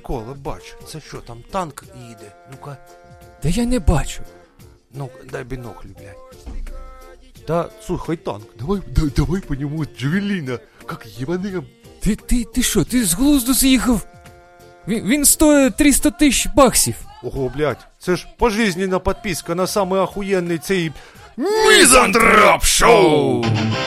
Микола, бач, це що, там танк їде? Ну-ка. Да я не бачу. Ну, дай бінокль, блядь. Да, слухай, танк, давай по нему джавеліна, как ебанем. Ти що, ти з глузду з'їхав? Він стоїть 300 тисяч баксів. Ого, блядь, це ж пожизненна підписка на самий охуєнний цей Мізантроп Шоу!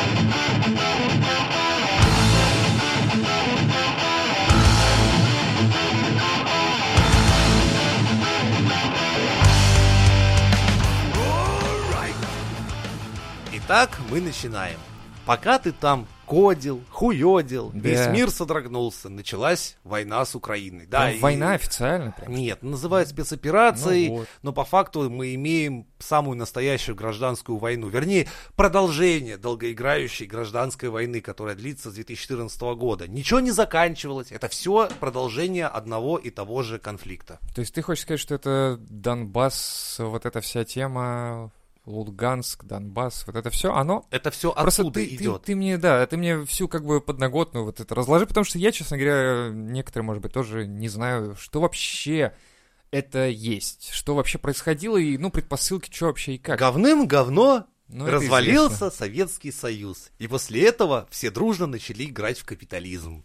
Итак, мы начинаем. Пока ты там кодил, хуёдил, да. Весь мир содрогнулся, началась война с Украиной. Да, и... Война официально? Прям. Нет, называют спецоперацией, ну вот. Но по факту мы имеем самую настоящую гражданскую войну. Вернее, продолжение долгоиграющей гражданской войны, которая длится с 2014 года. Ничего не заканчивалось, это все продолжение одного и того же конфликта. То есть ты хочешь сказать, что это Донбасс, вот эта вся тема... Луганск, Донбасс, вот это все, оно... Это все оттуда идет. Ты мне всю как бы подноготную вот это разложи, потому что я, честно говоря, некоторые, может быть, тоже не знаю, что вообще это есть, что вообще происходило, и, ну, предпосылки, что вообще и как. Говным говно развалился известно. Советский Союз, и после этого все дружно начали играть в капитализм.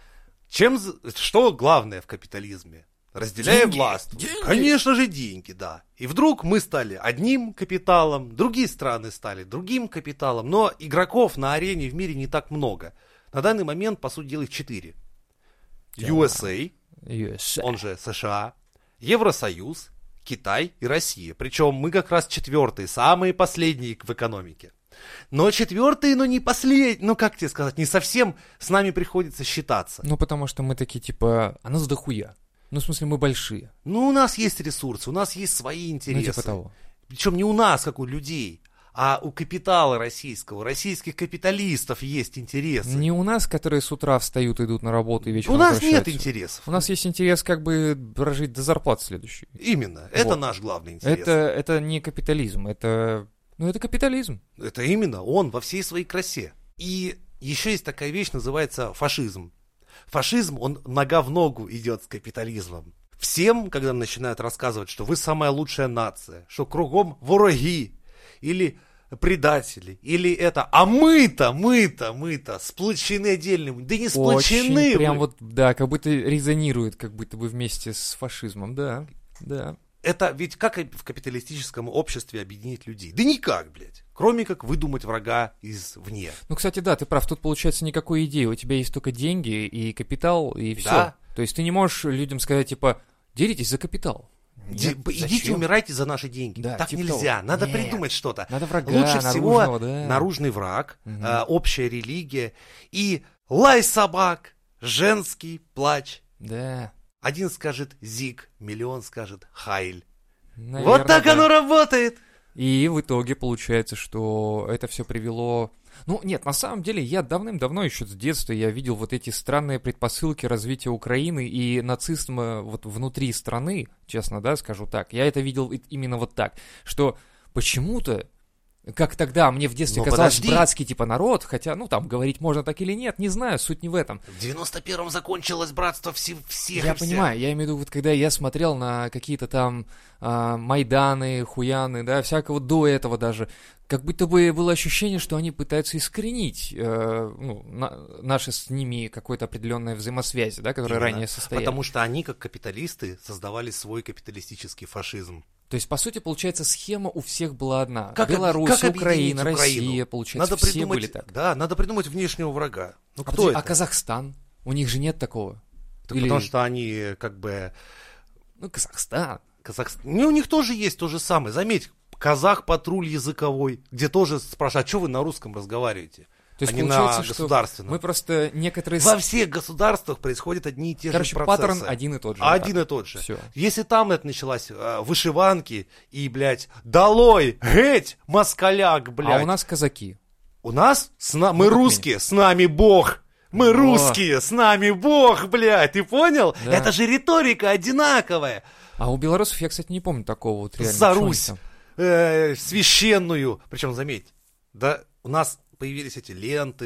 Что главное в капитализме? Разделяем власть. Деньги. Конечно же, деньги, да. И вдруг мы стали одним капиталом, другие страны стали другим капиталом, но игроков на арене в мире не так много. На данный момент, по сути дела, их 4. USA, он же США, Евросоюз, Китай и Россия. Причем мы как раз 4-е, самые последние в экономике. Но 4-е, но не последние, ну как тебе сказать, не совсем с нами приходится считаться. Ну потому что мы такие типа, а нас дохуя. Ну, в смысле, мы большие. Ну, у нас есть ресурсы, у нас есть свои интересы. Ну, типа того. Причем не у нас, как у людей, а у капитала российского, российских капиталистов есть интересы. Не у нас, которые с утра встают, идут на работу и вечером У нас возвращаются. нет интересов. У нас есть интерес как бы прожить до зарплаты следующей. Именно, это наш главный интерес. Это не капитализм, это капитализм. Это именно он во всей своей красе. И еще есть такая вещь, называется фашизм. Фашизм, он нога в ногу идет с капитализмом. Всем, когда начинают рассказывать, что вы самая лучшая нация, что кругом враги, или предатели, или это, а мы-то, сплочены отдельным, да не сплочены. Очень прям вот, да, как будто резонирует, как будто бы вместе с фашизмом, да. Это ведь как в капиталистическом обществе объединить людей? Да никак, блядь. Кроме как выдумать врага извне. Ну, кстати, да, ты прав. Тут, получается, никакой идеи. У тебя есть только деньги и капитал, и все. Да. То есть ты не можешь людям сказать, типа, деритесь за капитал. Идите, умирайте за наши деньги. Да, так типа нельзя. того. Надо Нет. придумать что-то. Надо врага Лучше всего да. наружный враг, общая религия и лай собак, женский плач. Да. Один скажет зиг, миллион скажет хайль. Наверное, вот так да. оно работает. И в итоге получается, что это все привело... Ну, нет, на самом деле, я давным-давно, еще с детства, я видел вот эти странные предпосылки развития Украины и нацизма вот внутри страны, честно, да, скажу так. Я это видел именно вот так, что почему-то, как тогда мне в детстве казалось, братский типа народ, хотя, ну, там, говорить можно так или нет, не знаю, суть не в этом. В 91-м закончилось братство всех. Я понимаю, я имею в виду, вот когда я смотрел на какие-то там Майданы, Хуяны, да, всякого до этого даже, как будто бы было ощущение, что они пытаются искоренить наши с ними какое-то определенное взаимосвязь, да, которое ранее состояло. Потому что они, как капиталисты, создавали свой капиталистический фашизм. То есть, по сути, получается, схема у всех была одна. Как Беларусь, как Украина, Россия, получается, надо все были так. Да, надо придумать внешнего врага. Ну, кто подожди, это? А Казахстан? У них же нет такого. Так потому что они как бы... Ну, Казахстан. Ну, у них тоже есть то же самое. Заметь, казах-патруль языковой, где тоже спрашивают, а что вы на русском разговариваете? То есть, а не получается, на государственном. мы просто некоторые... Во всех государствах происходят одни и те же процессы. паттерн один и тот же. Один и тот же. Все. Если там это началось, вышиванки и, блядь, долой, геть, москаляк, блядь. А у нас казаки. У нас? Мы русские, с нами Бог. Мы русские, с нами Бог, блядь, ты понял? Да. Это же риторика одинаковая. А у белорусов я, кстати, не помню такого вот реально. За Русь священную. Причем, заметь, да, у нас появились эти ленты,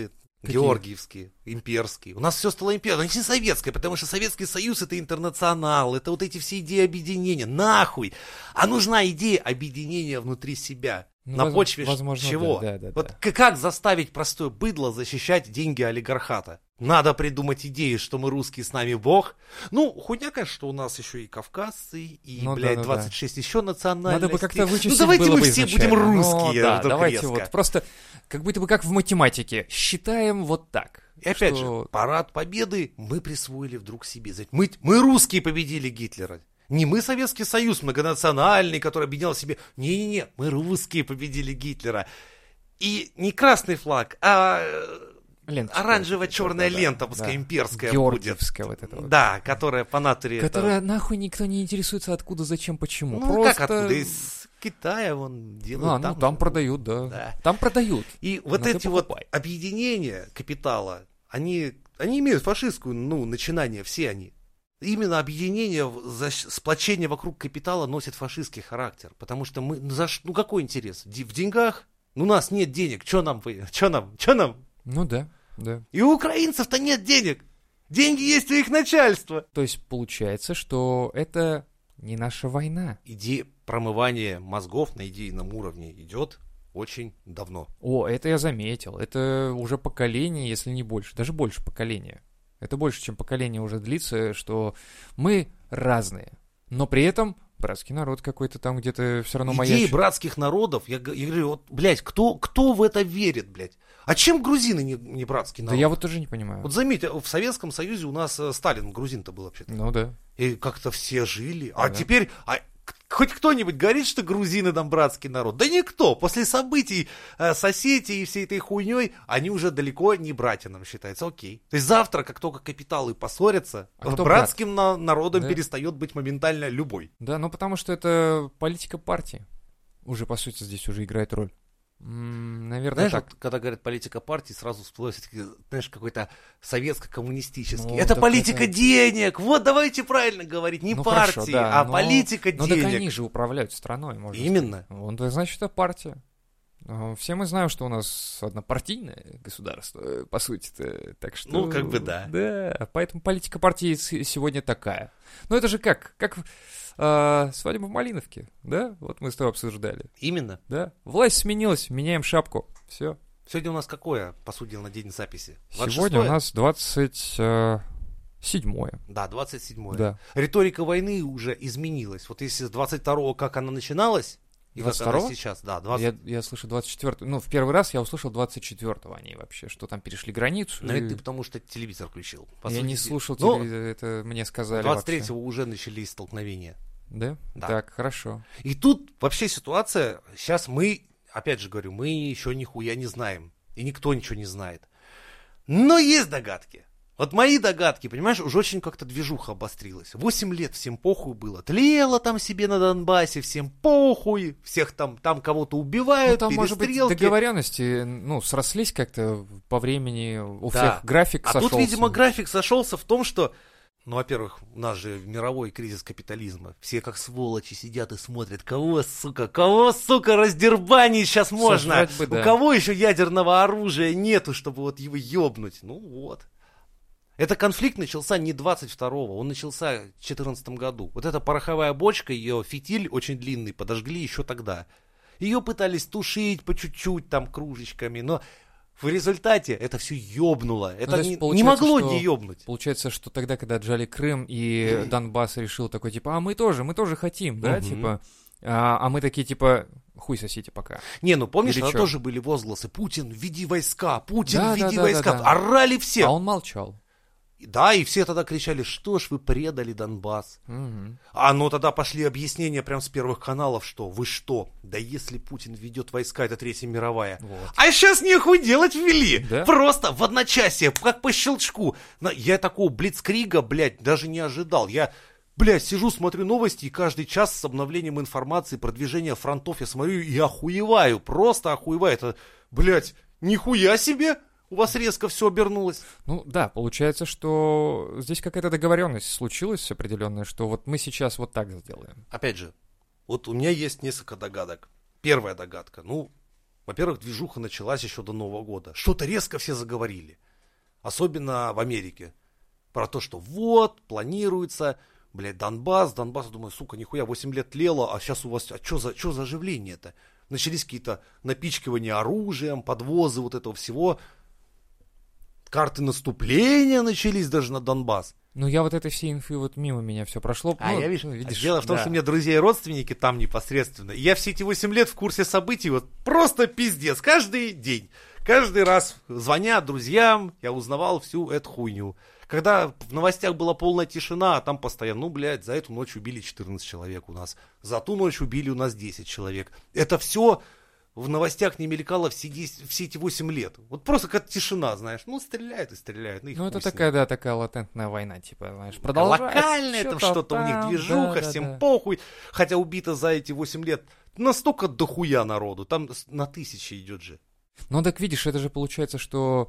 Какие? Георгиевские, имперские. У нас все стало имперское, но не советское, потому что Советский Союз это интернационал, это вот эти все идеи объединения. Нахуй! А нужна идея объединения внутри себя. Ну, На почве возможно, чего? да. Вот как заставить простое быдло защищать деньги олигархата? Надо придумать идеи, что мы русские, с нами Бог. Ну, хуйня, конечно, что у нас еще и кавказцы, и, Ну, блядь, да. 26 еще национальностей. Надо бы как-то вычислить Ну, давайте было мы бы все изначально. будем Ну, русские. да, вдруг давайте резко. вот просто, как будто бы как в математике, считаем вот так. И опять что- же, парад победы мы присвоили вдруг себе. Мы русские победили Гитлера. Не мы Советский Союз многонациональный, который объединял себе. Не-не-не, мы русские победили Гитлера. И не красный флаг, а Ленточка оранжево-черная вот эта, лента, да, пускай да. имперская Георгиевская будет. вот эта вот. Да, которая по натуре... Которая нахуй никто не интересуется, откуда, зачем, почему. Ну, Просто... как откуда? Из Китая вон делают. ну там же. продают, да. Да. Там продают. И вот Ну, ты эти вот покупай. объединения капитала, они имеют фашистскую, начинание, все они. Именно объединение, сплочение вокруг капитала носит фашистский характер. Потому что мы, какой интерес? В деньгах? У нас нет денег, что нам? Ну да. И у украинцев-то нет денег. Деньги есть у их начальства. То есть получается, что это не наша война. Идея промывания мозгов на идейном уровне идет очень давно. О, это я заметил. Это уже поколение, если не больше. Даже больше поколения. Это больше, чем поколение уже длится, что мы разные. Но при этом братский народ какой-то там где-то все равно Идеи маячит. братских народов, я говорю, вот, блядь, кто в это верит, блядь? А чем грузины не братский Да народ? я вот тоже не понимаю. Вот заметьте, в Советском Союзе у нас Сталин грузин-то был вообще-то. Ну да. И как-то все жили. А Да. теперь... хоть кто-нибудь говорит, что грузины там братский народ? Да никто. После событий с Осетией и всей этой хуйней, они уже далеко не братья нам считаются. Окей. То есть завтра, как только капиталы поссорятся, А кто братским народом Да. перестает быть моментально любой. Да, ну потому что это политика партии. Уже, по сути, здесь уже играет роль. Наверное, Знаешь, так. вот, когда говорят политика партии, сразу всплывает, знаешь, какой-то советско-коммунистический. Ну, это так политика это- денег. Вот давайте правильно говорить. Не Ну, партии, хорошо, да, а но- политика Ну так денег. они же управляют страной, можно Именно. сказать. Вот, значит, это партия. Все мы знаем, что у нас однопартийное государство, по сути-то, так что... Ну, как бы да. Да, поэтому политика партии сегодня такая. Ну, это же как свадьба в Малиновке, да? Вот мы с тобой обсуждали, Именно. да? Власть сменилась, меняем шапку, все. Сегодня у нас какое, по сути дела, на день записи? Сегодня 26-е? у нас 27-е. Да, 27-е. Да. Риторика войны уже изменилась. Вот если с 22-го, как она начиналась, и как она 22-го? сейчас, да, 20... Я слышу 24-й. Ну, в первый раз я услышал 24-го они вообще, что там перешли границу. Но это и- ты потому что телевизор включил. по Я сути не дела. слушал Ну, телевизор, это мне сказали 23-го вообще. уже начались столкновения. Да? Да. Так, хорошо. И тут вообще ситуация, сейчас мы, опять же говорю, мы еще нихуя не знаем. И никто ничего не знает. Но есть догадки. Вот мои догадки, понимаешь, уже очень как-то движуха обострилась. 8 лет всем похуй было. Тлело там себе на Донбассе, всем похуй. Всех там кого-то Ну, убивают, там, может быть, перестрелки. договоренности, срослись как-то по времени, у Да. всех график А сошелся. тут, видимо, график сошелся в том, что, во-первых, у нас же мировой кризис капитализма. Все как сволочи сидят и смотрят, кого, сука, раздербанить сейчас можно. Сожрать бы, да. У кого еще ядерного оружия нету, чтобы вот его ёбнуть? Ну вот. Это конфликт начался не 22-го, он начался в 2014 году. Вот эта пороховая бочка, ее фитиль очень длинный, подожгли еще тогда. Ее пытались тушить по чуть-чуть там кружечками, но в результате это все ёбнуло. Это то есть не получается, могло что- не ёбнуть. Получается, что тогда, когда отжали Крым, и Донбасс решил такой, типа, мы тоже хотим, да, Мгм. типа... А мы такие, типа, хуй сосите пока. Не, ну помнишь, Или тогда чё? тоже были возгласы: Путин, введи войска, Путин, Да, введи да, войска. да. Орали все. А он молчал. Да, и все тогда кричали: что ж вы предали Донбасс. Мгм. А ттогда пошли объяснения прям с первых каналов, что вы что? Да если Путин ведет войска, это Третья мировая. Вот. А сейчас нехуй делать ввели. Да? Просто в одночасье, как по щелчку. Я такого блицкрига, блядь, даже не ожидал. Я, блядь, сижу, смотрю новости, и каждый час с обновлением информации, продвижения фронтов я смотрю и охуеваю. Просто охуеваю. Это, блядь, нихуя себе! У вас резко все обернулось. Ну да, получается, что здесь какая-то договоренность случилась определенная, что вот мы сейчас вот так сделаем. Опять же, вот у меня есть несколько догадок. Первая догадка. Во-первых, движуха началась еще до Нового года. Что-то резко все заговорили. Особенно в Америке. Про то, что вот, планируется, блядь, Донбасс. Думаю, сука, нихуя, 8 лет тлело, а сейчас у вас, а что за оживление-то? Начались какие-то напичкивания оружием, подвозы вот этого всего. Карты наступления начались даже на Донбасс. Ну, я вот этой всей инфы вот мимо меня все прошло. А ну, я, видишь, видишь, дело в том, что у меня друзья и родственники там непосредственно. И я все эти 8 лет в курсе событий, вот просто пиздец. Каждый день, каждый раз звоня друзьям, я узнавал всю эту хуйню. Когда в новостях была полная тишина, а там постоянно, блядь, за эту ночь убили 14 человек у нас. За ту ночь убили у нас 10 человек. Это все в новостях не мелькало все эти 8 лет. Вот просто какая-то тишина, знаешь. Ну, стреляют и стреляют. Ну, это такая латентная война, типа, знаешь, продолжается. Локально это что-то у них движуха, всем похуй. Хотя убито за эти 8 лет настолько дохуя народу. Там на тысячи идет же. Ну, так видишь, это же получается, что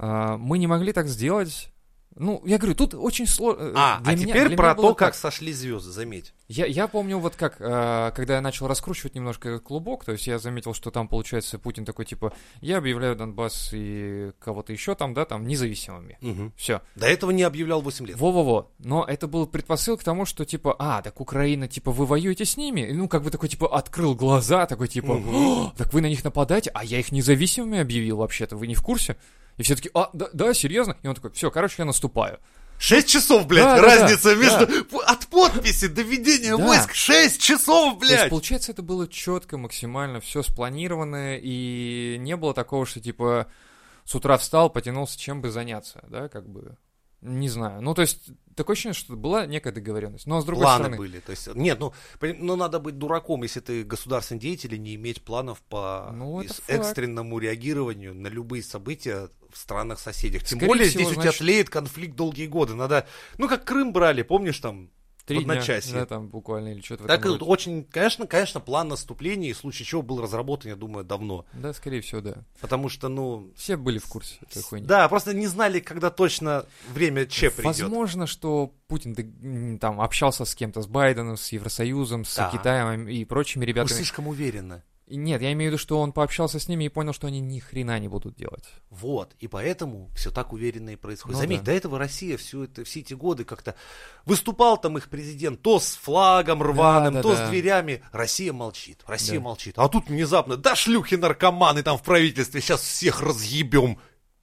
мы не могли так сделать. Ну, я говорю, тут очень сложно. Теперь про то, как сошли звезды, заметь. Я помню, вот как, когда я начал раскручивать немножко этот клубок, то есть я заметил, что там, получается, Путин такой, типа, я объявляю Донбасс и кого-то еще там, да, там, независимыми. Угу. Все. До этого не объявлял 8 лет. Во-во-во. Но это был предпосыл к тому, что, типа, так Украина, типа, вы воюете с ними? Ну, как бы такой, типа, открыл глаза, такой, типа, так вы на них нападаете? А я их независимыми объявил вообще-то, вы не в курсе? И все таки да, серьезно? И он такой, все, короче, я наступаю. 6 часов, блядь, разница между... От подписи до ведения войск 6 часов, блядь! То есть, получается, это было четко, максимально все спланировано, и не было такого, что, типа, с утра встал, потянулся, чем бы заняться, да, как бы... Не знаю. Ну, то есть, такое ощущение, что была некая договоренность. Но с другой стороны... были. То есть, нет, ну, надо быть дураком, если ты государственный деятель, и не иметь планов по экстренному реагированию на любые события в странах-соседях. Тем более, здесь у тебя тлеет конфликт долгие годы. Надо, ну, как Крым брали, помнишь, там, 3 в одночасье. Дня, да, там буквально, или что-то в этом роде. Так, очень, конечно, план наступления, в случае чего был разработан, я думаю, давно. Да, скорее всего, да. Потому что, ну... Все были в курсе этой хуйни. Да, просто не знали, когда точно время Че придет. Возможно, что Путин там общался с кем-то, с Байденом, с Евросоюзом, с Китаем и прочими ребятами. Уж слишком уверенно. Нет, я имею в виду, что он пообщался с ними и понял, что они ни хрена не будут делать. Вот, и поэтому все так уверенно и происходит. Ну, заметь, да. До этого Россия все эти годы как-то... Выступал там их президент то с флагом рваным, то с дверями. Россия молчит, молчит. А тут внезапно, шлюхи-наркоманы там в правительстве, сейчас всех разъебем.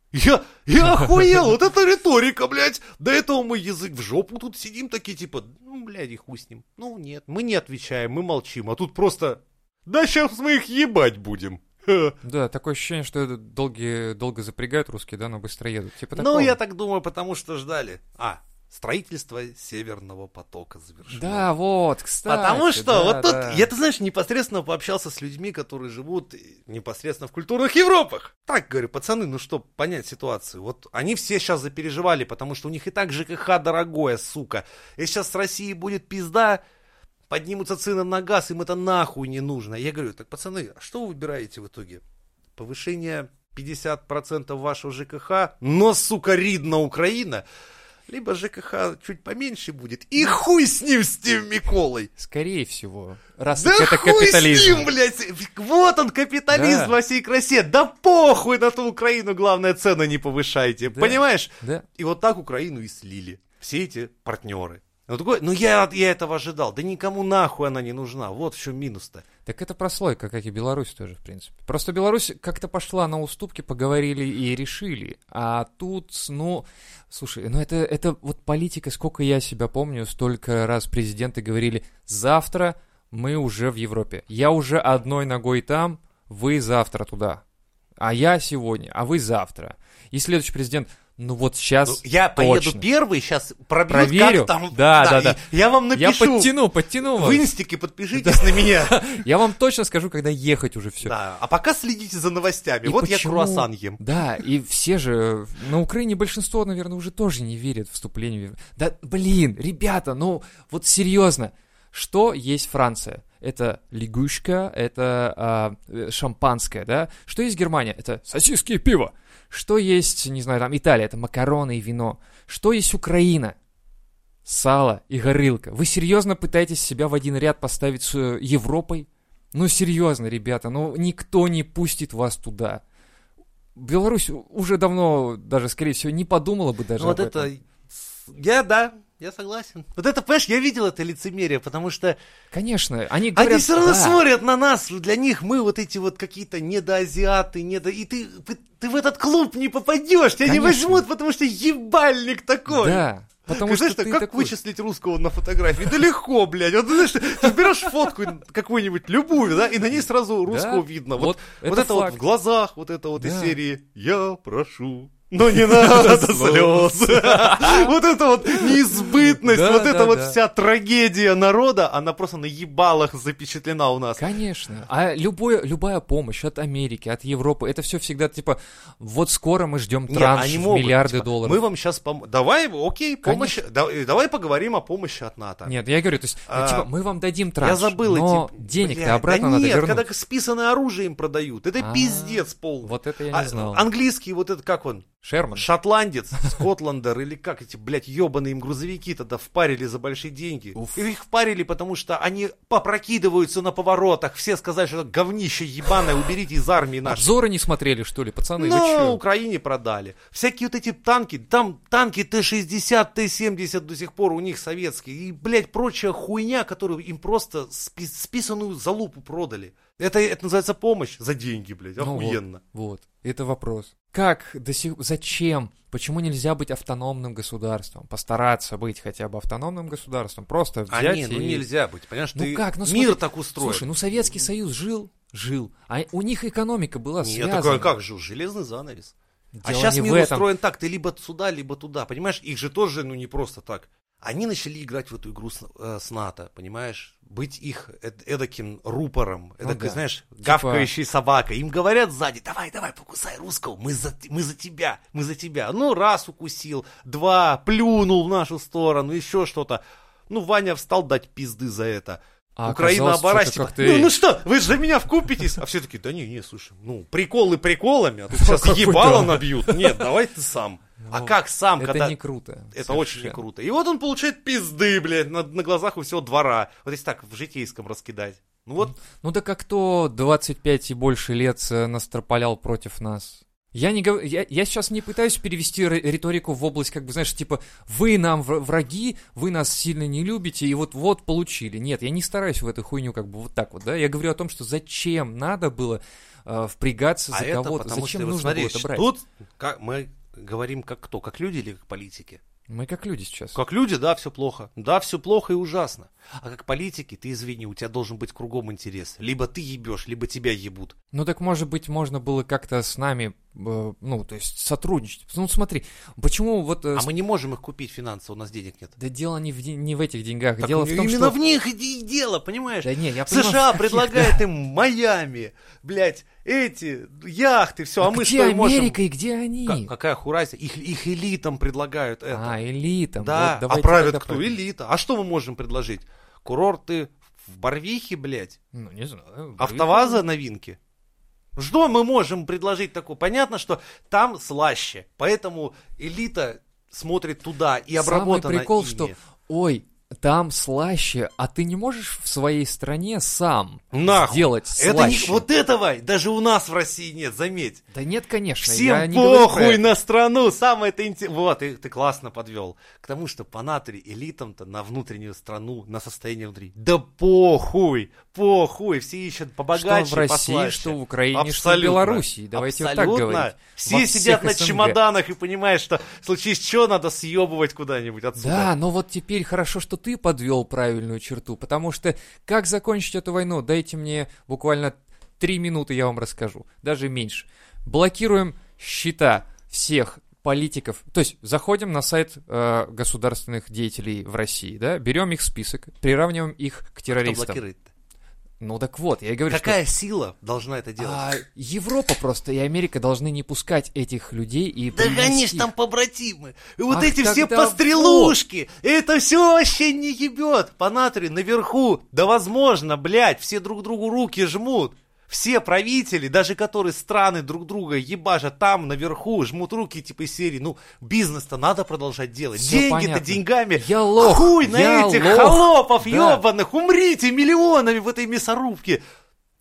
Я охуел, вот это риторика, блядь. До этого мы язык в жопу тут сидим такие, типа, ну, блядь, и хуй с ним. Ну, нет, мы не отвечаем, мы молчим, а тут просто... Да сейчас мы их ебать будем. Да, такое ощущение, что это долго запрягают русские, да, но быстро едут. Типа такого. Ну, я так думаю, потому что ждали. Строительство Северного потока завершено. Да, вот, кстати. Потому что вот тут, я, ты знаешь, непосредственно пообщался с людьми, которые живут непосредственно в культурных Европах. Так, говорю, пацаны, ну что, понять ситуацию. Вот они все сейчас запереживали, потому что у них и так ЖКХ дорогое, сука. Если сейчас с Россией будет пизда, поднимутся цены на газ, им это нахуй не нужно. Я говорю, так, пацаны, а что вы выбираете в итоге? Повышение 50% вашего ЖКХ, но, сука, ридна Украина? Либо ЖКХ чуть поменьше будет, и хуй с ним, с тем Миколой. Скорее всего. Раз да это хуй капитализм. С ним, блядь. Вот он, капитализм во всей красе. Да похуй на ту Украину, главное, цены не повышайте. Да. Понимаешь? Да. И вот так Украину и слили. Все эти партнеры. Я этого ожидал. Да никому нахуй она не нужна. Вот в чем минус-то. Так это прослойка, как и Беларусь тоже, в принципе. Просто Беларусь как-то пошла на уступки, поговорили и решили. А тут, слушай, это вот политика, сколько я себя помню, столько раз президенты говорили, завтра мы уже в Европе. Я уже одной ногой там, вы завтра туда. А я сегодня, а вы завтра. И следующий президент... Ну вот сейчас я точно. Поеду первый, сейчас проверю. Как там. Да. Я вам напишу. Я подтяну вас. В инстике подпишитесь на меня. Я вам точно скажу, когда ехать уже все. Да, а пока следите за новостями. Вот я круассан ем. Да, и все же, на Украине большинство, наверное, уже тоже не верят в вступление. Да, блин, ребята, вот серьезно. Что есть Франция? Это лягушка, это шампанское, да? Что есть Германия? Это сосиски и пиво. Что есть, не знаю, там Италия? Это макароны и вино. Что есть Украина? Сало и горилка. Вы серьезно пытаетесь себя в один ряд поставить с Европой? Ну, серьезно, ребята, ну, никто не пустит вас туда. Беларусь уже давно, даже, скорее всего, не подумала бы даже Ну, вот об этом. это... Я согласен. Вот это, понимаешь, я видел это лицемерие, потому что Конечно, они говорят... они все равно да. смотрят на нас, для них мы вот эти вот какие-то недоазиаты, и ты в этот клуб не попадешь, тебя не Конечно. возьмут, потому что ебальник такой. Да, потому Знаешь, что ты как такой... вычислить русского на фотографии? Да легко, блядь. Вот, знаешь, ты берешь фотку какую-нибудь, любую, да, и на ней сразу русского Да, видно. вот Вот это это вот факт. в глазах, вот это вот из Да. серии «Я прошу». Но не надо слез. Вот эта вот неизбытность, Да, вот да, эта вот да. вся трагедия народа, она просто на ебалах запечатлена у нас. Конечно. А любая помощь от Америки, от Европы, это все всегда типа, вот скоро мы ждем Нет, транш они в могут, миллиарды типа, долларов. Мы вам сейчас поможем. Давай, окей, помощь. Давай поговорим о помощи от НАТО. Нет, я говорю, то есть, типа, мы вам дадим транш, Я забыл но эти... денег-то Бля, обратно да надо нет, вернуть. когда списанное оружие им продают. Это пиздец полный. Вот это я не знал. Английский вот это, как он? Шерман. Шотландец, Скотландер, или как эти, блядь, ебаные им грузовики тогда впарили за большие деньги. Уф. И их впарили, потому что они попрокидываются на поворотах. Все сказали, что это говнище ебаное, уберите из армии нашей. Обзоры не смотрели, что ли, пацаны, вы Но чё? Украине продали. Всякие вот эти танки, там танки Т-60, Т-70 до сих пор у них советские. И, блядь, прочая хуйня, которую им просто списанную за лупу продали. Это называется помощь за деньги, блядь, Ну охуенно. Вот, это вопрос. Как, зачем, почему нельзя быть автономным государством? Постараться быть хотя бы автономным государством, просто взять Ну и... нельзя быть, понимаешь, Ну ты как, ну мир смотри, так устроен. Слушай, ну Советский Союз жил, а у них экономика была Нет, связана. такое как же, железный занавес. А Дело сейчас не в мир этом. устроен так, ты либо сюда, либо туда, понимаешь? Их же тоже, не просто так. Они начали играть в эту игру с НАТО, понимаешь? Быть их эдаким рупором, эдакой, да. знаешь, Типа- гавкающей собакой. Им говорят сзади, давай, покусай русского, мы за тебя. Ну, раз укусил, два, плюнул в нашу сторону, еще что-то. Ну, Ваня встал дать пизды за это. А Украина оказалось, что-то оборачивается. как-то- Ну что, вы же за меня вкупитесь? А все таки да не, слушай, приколы приколами, а тут сейчас Какой-то- ебало набьют. Нет, давай ты сам. А Ну, как сам, Это когда... не круто. Это очень не круто. И вот он получает пизды, блядь, на глазах у всего двора. Вот если так в житейском раскидать. Ну вот, Ну так а кто 25 и больше лет настропалял против нас? Я сейчас не пытаюсь перевести риторику в область, как бы, знаешь, типа, вы нам враги, вы нас сильно не любите, и вот получили. Нет, я не стараюсь в эту хуйню как бы вот так вот, да. Я говорю о том, что зачем надо было впрягаться за это кого-то, потому зачем что, вот нужно смотри, было это брать. тут мы говорим как кто? Как люди или как политики? Мы как люди сейчас. Как люди, да, все плохо. Да, все плохо и ужасно. А как политики, ты извини, у тебя должен быть кругом интерес. Либо ты ебешь, либо тебя ебут. Ну так, может быть, можно было как-то с нами, то есть сотрудничать. Ну смотри, почему вот... А мы не можем их купить финансово, у нас денег нет. Да дело не в этих деньгах, Так дело в том, именно что... в них и дело, понимаешь? Да не, я понимаю, США в каких, предлагает да. им Майами, блядь, эти яхты, все, а мы где что им можем? Америка и где они? Какая хуразия? Их элитам предлагают это. Элитам. Да, Вот, давайте а правят тогда кто? про- Элита. А что мы можем предложить? Курорты в Барвихе, блядь? Ну, не знаю. АвтоВАЗа новинки? Что мы можем предложить такое? Понятно, что там слаще, поэтому элита смотрит туда и обработана Самый прикол, ими. что, ой, там слаще, а ты не можешь в своей стране сам Нахуй. сделать Это не, слаще? вот этого даже у нас в России нет, заметь. Да нет, конечно. я Всем не говорю про похуй это. на страну, самое это интересное. Вот, ты классно подвел. К тому, что по НАТО элитам-то на внутреннюю страну, на состояние внутри. Да похуй, все ищут побогаче, Что в России, послаще. что в Украине, что в Абсолютно. Белоруссии. Давайте вот так Абсолютно. говорить. Все Во сидят всех на СНГ. чемоданах и понимают, что в случае чего надо съебывать куда-нибудь отсюда. Да, но вот теперь хорошо, что ты подвел правильную черту, потому что как закончить эту войну? Дайте мне буквально 3 минуты, я вам расскажу, даже меньше. Блокируем счета всех политиков, то есть заходим на сайт государственных деятелей в России, да, берем их список, приравниваем их к Кто террористам. блокирует-то? Ну так вот, я и говорю, Какая сила должна это что делать? Европа просто и Америка должны не пускать этих людей и Да, привести конечно, их. там побратимы. И вот Ах, эти все тогда пострелушки. Это все вообще не ебет. По натуре наверху. Да возможно, блядь, все друг другу руки жмут. Все правители, даже которые страны друг друга ебашат там наверху, жмут руки типа из серии. Ну, бизнес-то надо продолжать делать. Всё Деньги-то понятно. деньгами. Я лох, Хуй на я этих лох. холопов Да. ебаных. Умрите миллионами в этой мясорубке.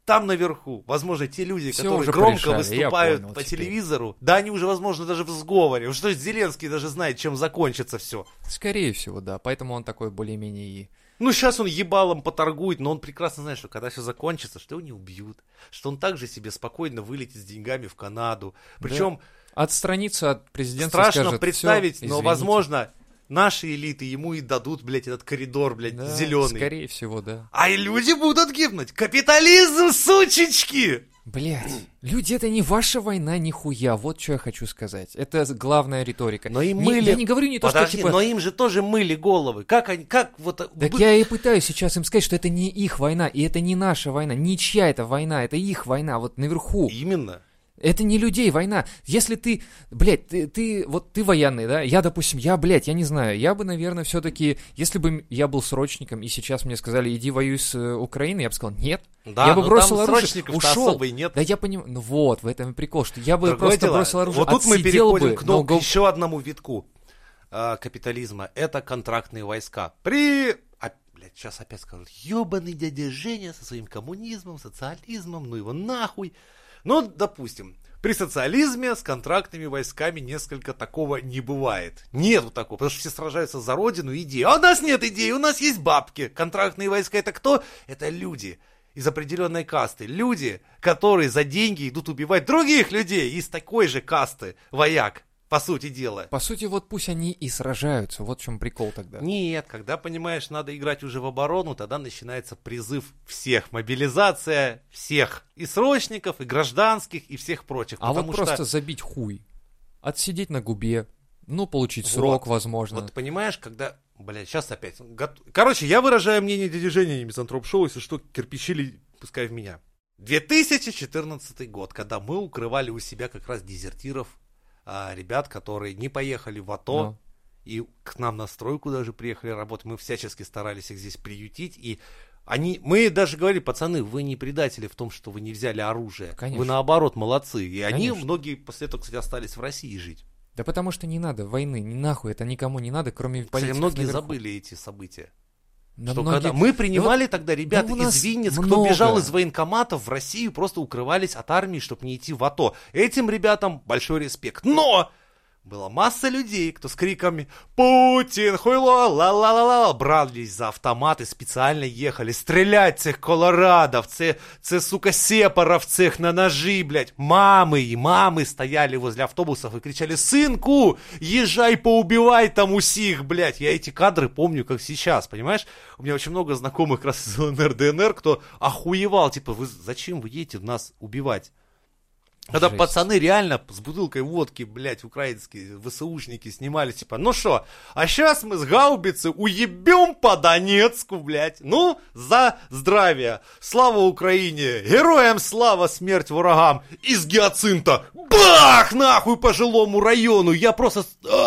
там наверху, возможно, те люди, Всё которые уже громко порешали, я выступают понял по теперь. телевизору, да, они уже, возможно, даже в сговоре. Уж что Зеленский даже знает, чем закончится все. Скорее всего, да. Поэтому он такой более-менее и... Ну, сейчас он ебалом поторгует, но он прекрасно знает, что когда все закончится, что его не убьют, что он также себе спокойно вылетит с деньгами в Канаду. Причем Отстраниться от президента, страшно скажет, представить, «Всё, но, извините». возможно, наши элиты ему и дадут, блядь, этот коридор, блядь, Да, зеленый. скорее всего, да. А и люди будут гибнуть. Капитализм, сучечки! Блять, люди, это не ваша война, нихуя. Вот что я хочу сказать. Это главная риторика. Но им Не- мыли... Я не говорю не то, Подожди, что типа... но им же тоже мыли головы. Как они, как вот... Так я и пытаюсь сейчас им сказать, что это не их война, и это не наша война, ничья это война, это их война, вот наверху. Именно. Это не людей война. Если ты, блядь, ты военный, да? Я, допустим, я не знаю, я бы, наверное, все-таки, если бы я был срочником, и сейчас мне сказали, иди воюй с Украиной, я бы сказал, нет. Да, Я бы но бросил там оружие, срочников-то ушел. особо и нет. Да я понимаю, ну вот, в этом и прикол, что я бы Другое просто дело, бросил оружие, вот тут мы отсидел переходим бы, к еще одному витку капитализма. Это контрактные войска. Сейчас опять скажут, ебаный дядя Женя со своим коммунизмом, социализмом, ну его нахуй. Ну, допустим, при социализме с контрактными войсками несколько такого не бывает. Нету такого, потому что все сражаются за родину и идеи. А у нас нет идеи, у нас есть бабки. Контрактные войска это кто? Это люди из определенной касты. Люди, которые за деньги идут убивать других людей из такой же касты вояк, по сути дела. По сути, вот пусть они и сражаются, вот в чем прикол тогда. Нет, когда, понимаешь, надо играть уже в оборону, тогда начинается призыв всех, мобилизация всех, и срочников, и гражданских, и всех прочих. А вот потому просто что... забить хуй, отсидеть на губе, ну, получить Вот. срок, возможно. Вот понимаешь, когда... Блядь, сейчас опять... Короче, я выражаю мнение дяди Жени, не мизантроп-шоу, если что, кирпичили, пускай в меня. 2014 год, когда мы укрывали у себя как раз дезертиров, ребят, которые не поехали в АТО, Ну. и к нам на стройку даже приехали работать, мы всячески старались их здесь приютить, и мы даже говорили, пацаны, вы не предатели в том, что вы не взяли оружие, Конечно. вы наоборот молодцы, и они, Конечно. многие после этого, кстати, остались в России жить. Да потому что не надо войны, не нахуй, это никому не надо, кроме Кстати, политиков многие наверху. забыли эти события. Да Что многие- когда мы принимали Да тогда ребят да у нас из Винниц, кто много. бежал из военкоматов в Россию, просто укрывались от армии, чтобы не идти в АТО. Этим ребятам большой респект. Но была масса людей, кто с криками «Путин! Хуйло! Ла-ла-ла-ла!» брались за автоматы, специально ехали стрелять цих колорадов, це, сука, сепаров цих на ножи, блядь. Мамы стояли возле автобусов и кричали «Сынку, езжай поубивай там усих, блядь!» Я эти кадры помню, как сейчас, понимаешь? У меня очень много знакомых как раз из ЛНР, ДНР, кто охуевал, типа, зачем вы едете нас убивать? Когда Жесть. пацаны реально с бутылкой водки, блядь, украинские ВСУшники снимали, типа, ну шо, а сейчас мы с гаубицы уебем по Донецку, блядь. Ну, за здравие. Слава Украине, героям слава, смерть врагам. Из гиацинта, бах, нахуй по жилому району. Я просто...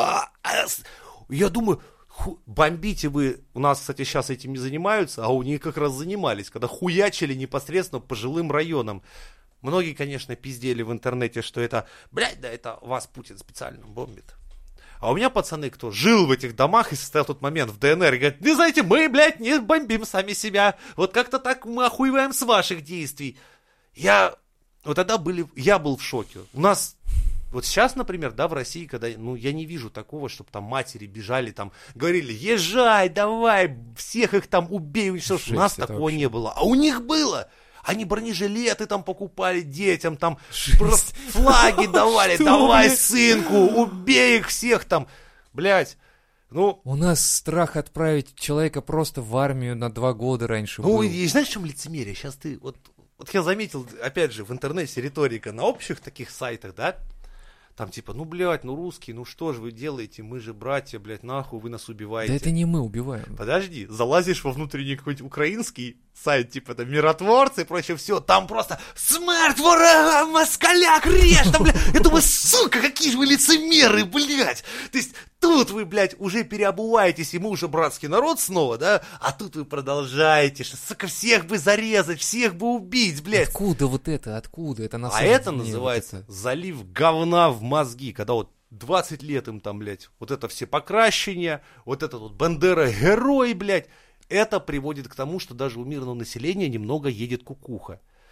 Я думаю... Бомбите вы, у нас, кстати, сейчас этим не занимаются, а у них как раз занимались, когда хуячили непосредственно по жилым районам. Многие, конечно, пиздели в интернете, что это, блядь, да это вас Путин специально бомбит. А у меня пацаны, кто жил в этих домах и состоял в тот момент в ДНР, и говорят, не знаете, мы, блядь, не бомбим сами себя. Вот как-то так мы охуеваем с ваших действий. Я был в шоке. У нас... Вот сейчас, например, да, в России, когда, я не вижу такого, чтобы там матери бежали, там, говорили, езжай, давай, всех их там убей, уничтожь. У нас такого вообще. не было. А у них было. Они бронежилеты там покупали детям, там, флаги давали, давай, сынку, убей их всех там. Блядь, У нас страх отправить человека просто в армию на 2 года раньше был. и знаешь, в чем лицемерие? Сейчас ты, вот я заметил, опять же, в интернете риторика на общих таких сайтах, да, там типа, блядь, русские, что же вы делаете, мы же братья, блядь, нахуй вы нас убиваете. Да это не мы убиваем. Подожди, залазишь во внутренний какой-нибудь украинский сайт, типа там миротворцы и прочее все, там просто смерть врагам, москаляк, режь, там, блядь, я думаю, сука, какие же вы лицемеры, блядь. То есть тут вы, блядь, уже переобуваетесь, и мы уже братский народ снова, да, а тут вы продолжаете, что, сука, всех бы зарезать, всех бы убить, блядь. Откуда вот это, откуда? Это на А самом это деле называется вот это. залив говна в мозги, когда вот 20 лет им там, блядь, вот это все покращения, вот этот вот Бандера герой, блядь, это приводит к тому, что даже у мирного населения немного едет кукуха.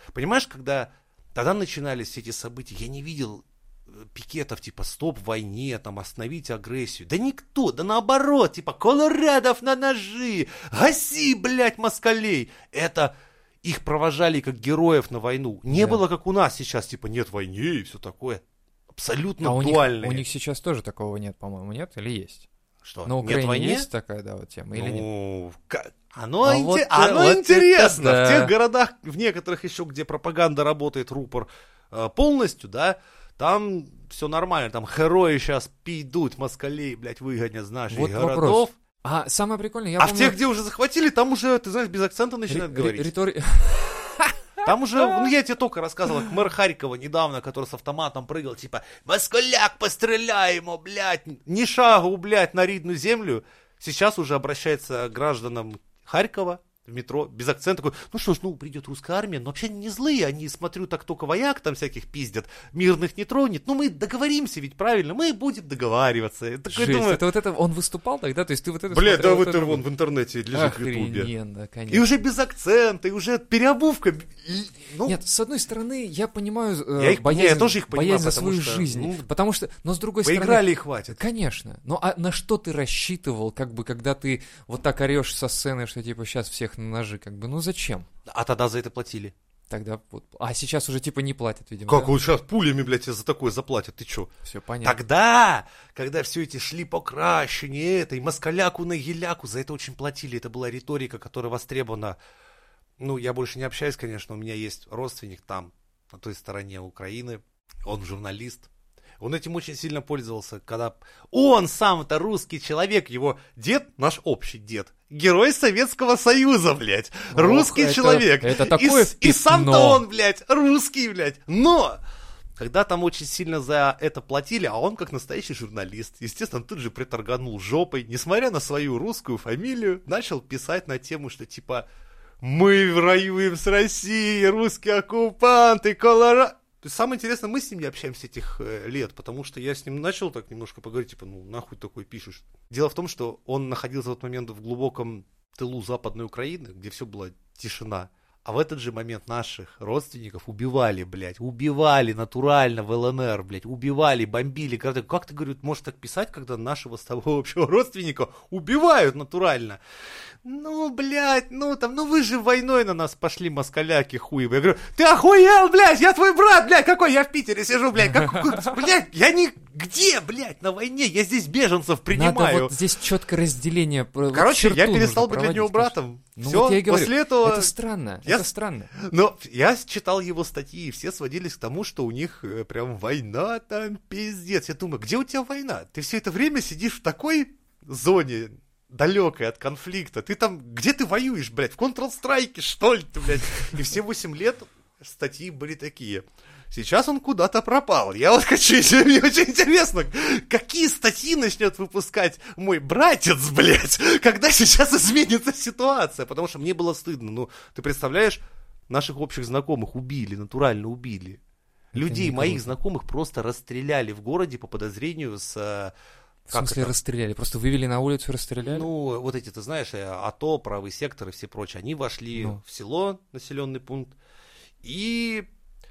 Понимаешь, когда тогда начинались все эти события, я не видел пикетов типа «Стоп войне», там «Остановите агрессию». Да никто, да наоборот, типа «Колорадов на ножи», «Гаси, блядь, москалей». Это их провожали как героев на войну. Не было как у нас сейчас, типа «Нет войны» и все такое. Абсолютно дуальные. У них сейчас тоже такого нет, по-моему, нет? Или есть? Что, на Украине нет войны? Есть такая, да, вот тема, или нет? Оно интересно. В тех городах, в некоторых еще, где пропаганда работает, рупор полностью, да, там все нормально, там герои сейчас пойдут, москалей, блядь, выгонят с наших городов. Вопрос. А самое прикольное, я помню... в тех, где уже захватили, там уже, ты знаешь, без акцента начинают говорить. Там уже, я тебе только рассказывал, мэр Харькова недавно, который с автоматом прыгал, типа, москаляк, постреляй ему, блядь, ни шагу, блядь, на рідну землю. Сейчас уже обращается к гражданам Харькова в метро, без акцента, такой, ну что ж, придет русская армия, но вообще не злые, они, смотрю, так только вояк там всяких пиздят, мирных не тронет, мы договоримся ведь, правильно, мы будем договариваться. Я такой, жесть, думаю, это он выступал тогда, то есть ты вот это блядь, смотрел? да вон в интернете лежит в Ютубе. Охрененно, конечно. И уже без акцента, и уже переобувка. Нет, с одной стороны, я понимаю я тоже их понимаю, боязнь за свою жизнь, потому что, но с другой стороны... Поиграли и хватит. Конечно, а на что ты рассчитывал, как бы, когда ты вот так орешь со сцены, что типа сейчас всех на ножи, как бы, зачем? А тогда за это платили. Тогда вот. А сейчас уже типа не платят, видимо. Как да? вот сейчас пулями, блядь, за такое заплатят, ты чё? Все понятно. Тогда, когда все эти шли покращение этой, москаляку на геляку, за это очень платили. Это была риторика, которая востребована. Я больше не общаюсь, конечно, у меня есть родственник там, на той стороне Украины. Он журналист. Он этим очень сильно пользовался, когда он сам-то русский человек, его дед, наш общий дед, герой Советского Союза, блядь, русский человек. Это такое и сам-то он, блядь, русский, блядь. Но когда там очень сильно за это платили, а он как настоящий журналист, естественно, тут же приторганул жопой, несмотря на свою русскую фамилию, начал писать на тему, что типа мы воюем с Россией, русские оккупанты, Колорадо. То есть самое интересное, мы с ним не общаемся этих лет, потому что я с ним начал так немножко поговорить, типа, нахуй такой пишешь. Дело в том, что он находился в тот момент в глубоком тылу Западной Украины, где все была тишина. А в этот же момент наших родственников убивали, блядь, убивали натурально в ЛНР, блядь, убивали, бомбили. Как ты, говорю, можешь так писать, когда нашего с тобой общего родственника убивают натурально? Блядь, вы же войной на нас пошли, москаляки хуевые. Я говорю, ты охуел, блядь, я твой брат, блядь, какой я в Питере сижу, блядь, блядь, я где, блядь, на войне, я здесь беженцев принимаю. Надо вот здесь четкое разделение. Короче, я перестал быть для него братом. Все, вот я и говорю, после этого... Это странно, это странно. Но я читал его статьи, и все сводились к тому, что у них прям война там, пиздец. Я думаю, где у тебя война? Ты все это время сидишь в такой зоне далекой от конфликта. Ты там, где ты воюешь, блядь? В Counter-Strike, что ли ты, блядь? И все 8 лет статьи были такие. Сейчас он куда-то пропал. Я вот хочу, мне очень интересно, какие статьи начнет выпускать мой братец, блядь, когда сейчас изменится ситуация. Потому что мне было стыдно. Ты представляешь, наших общих знакомых убили, натурально убили. Людей, моих знакомых, просто расстреляли в городе по подозрению с... В смысле расстреляли? Просто вывели на улицу и расстреляли? Вот эти, ты знаешь, АТО, правый сектор и все прочее, они вошли в село, населенный пункт, и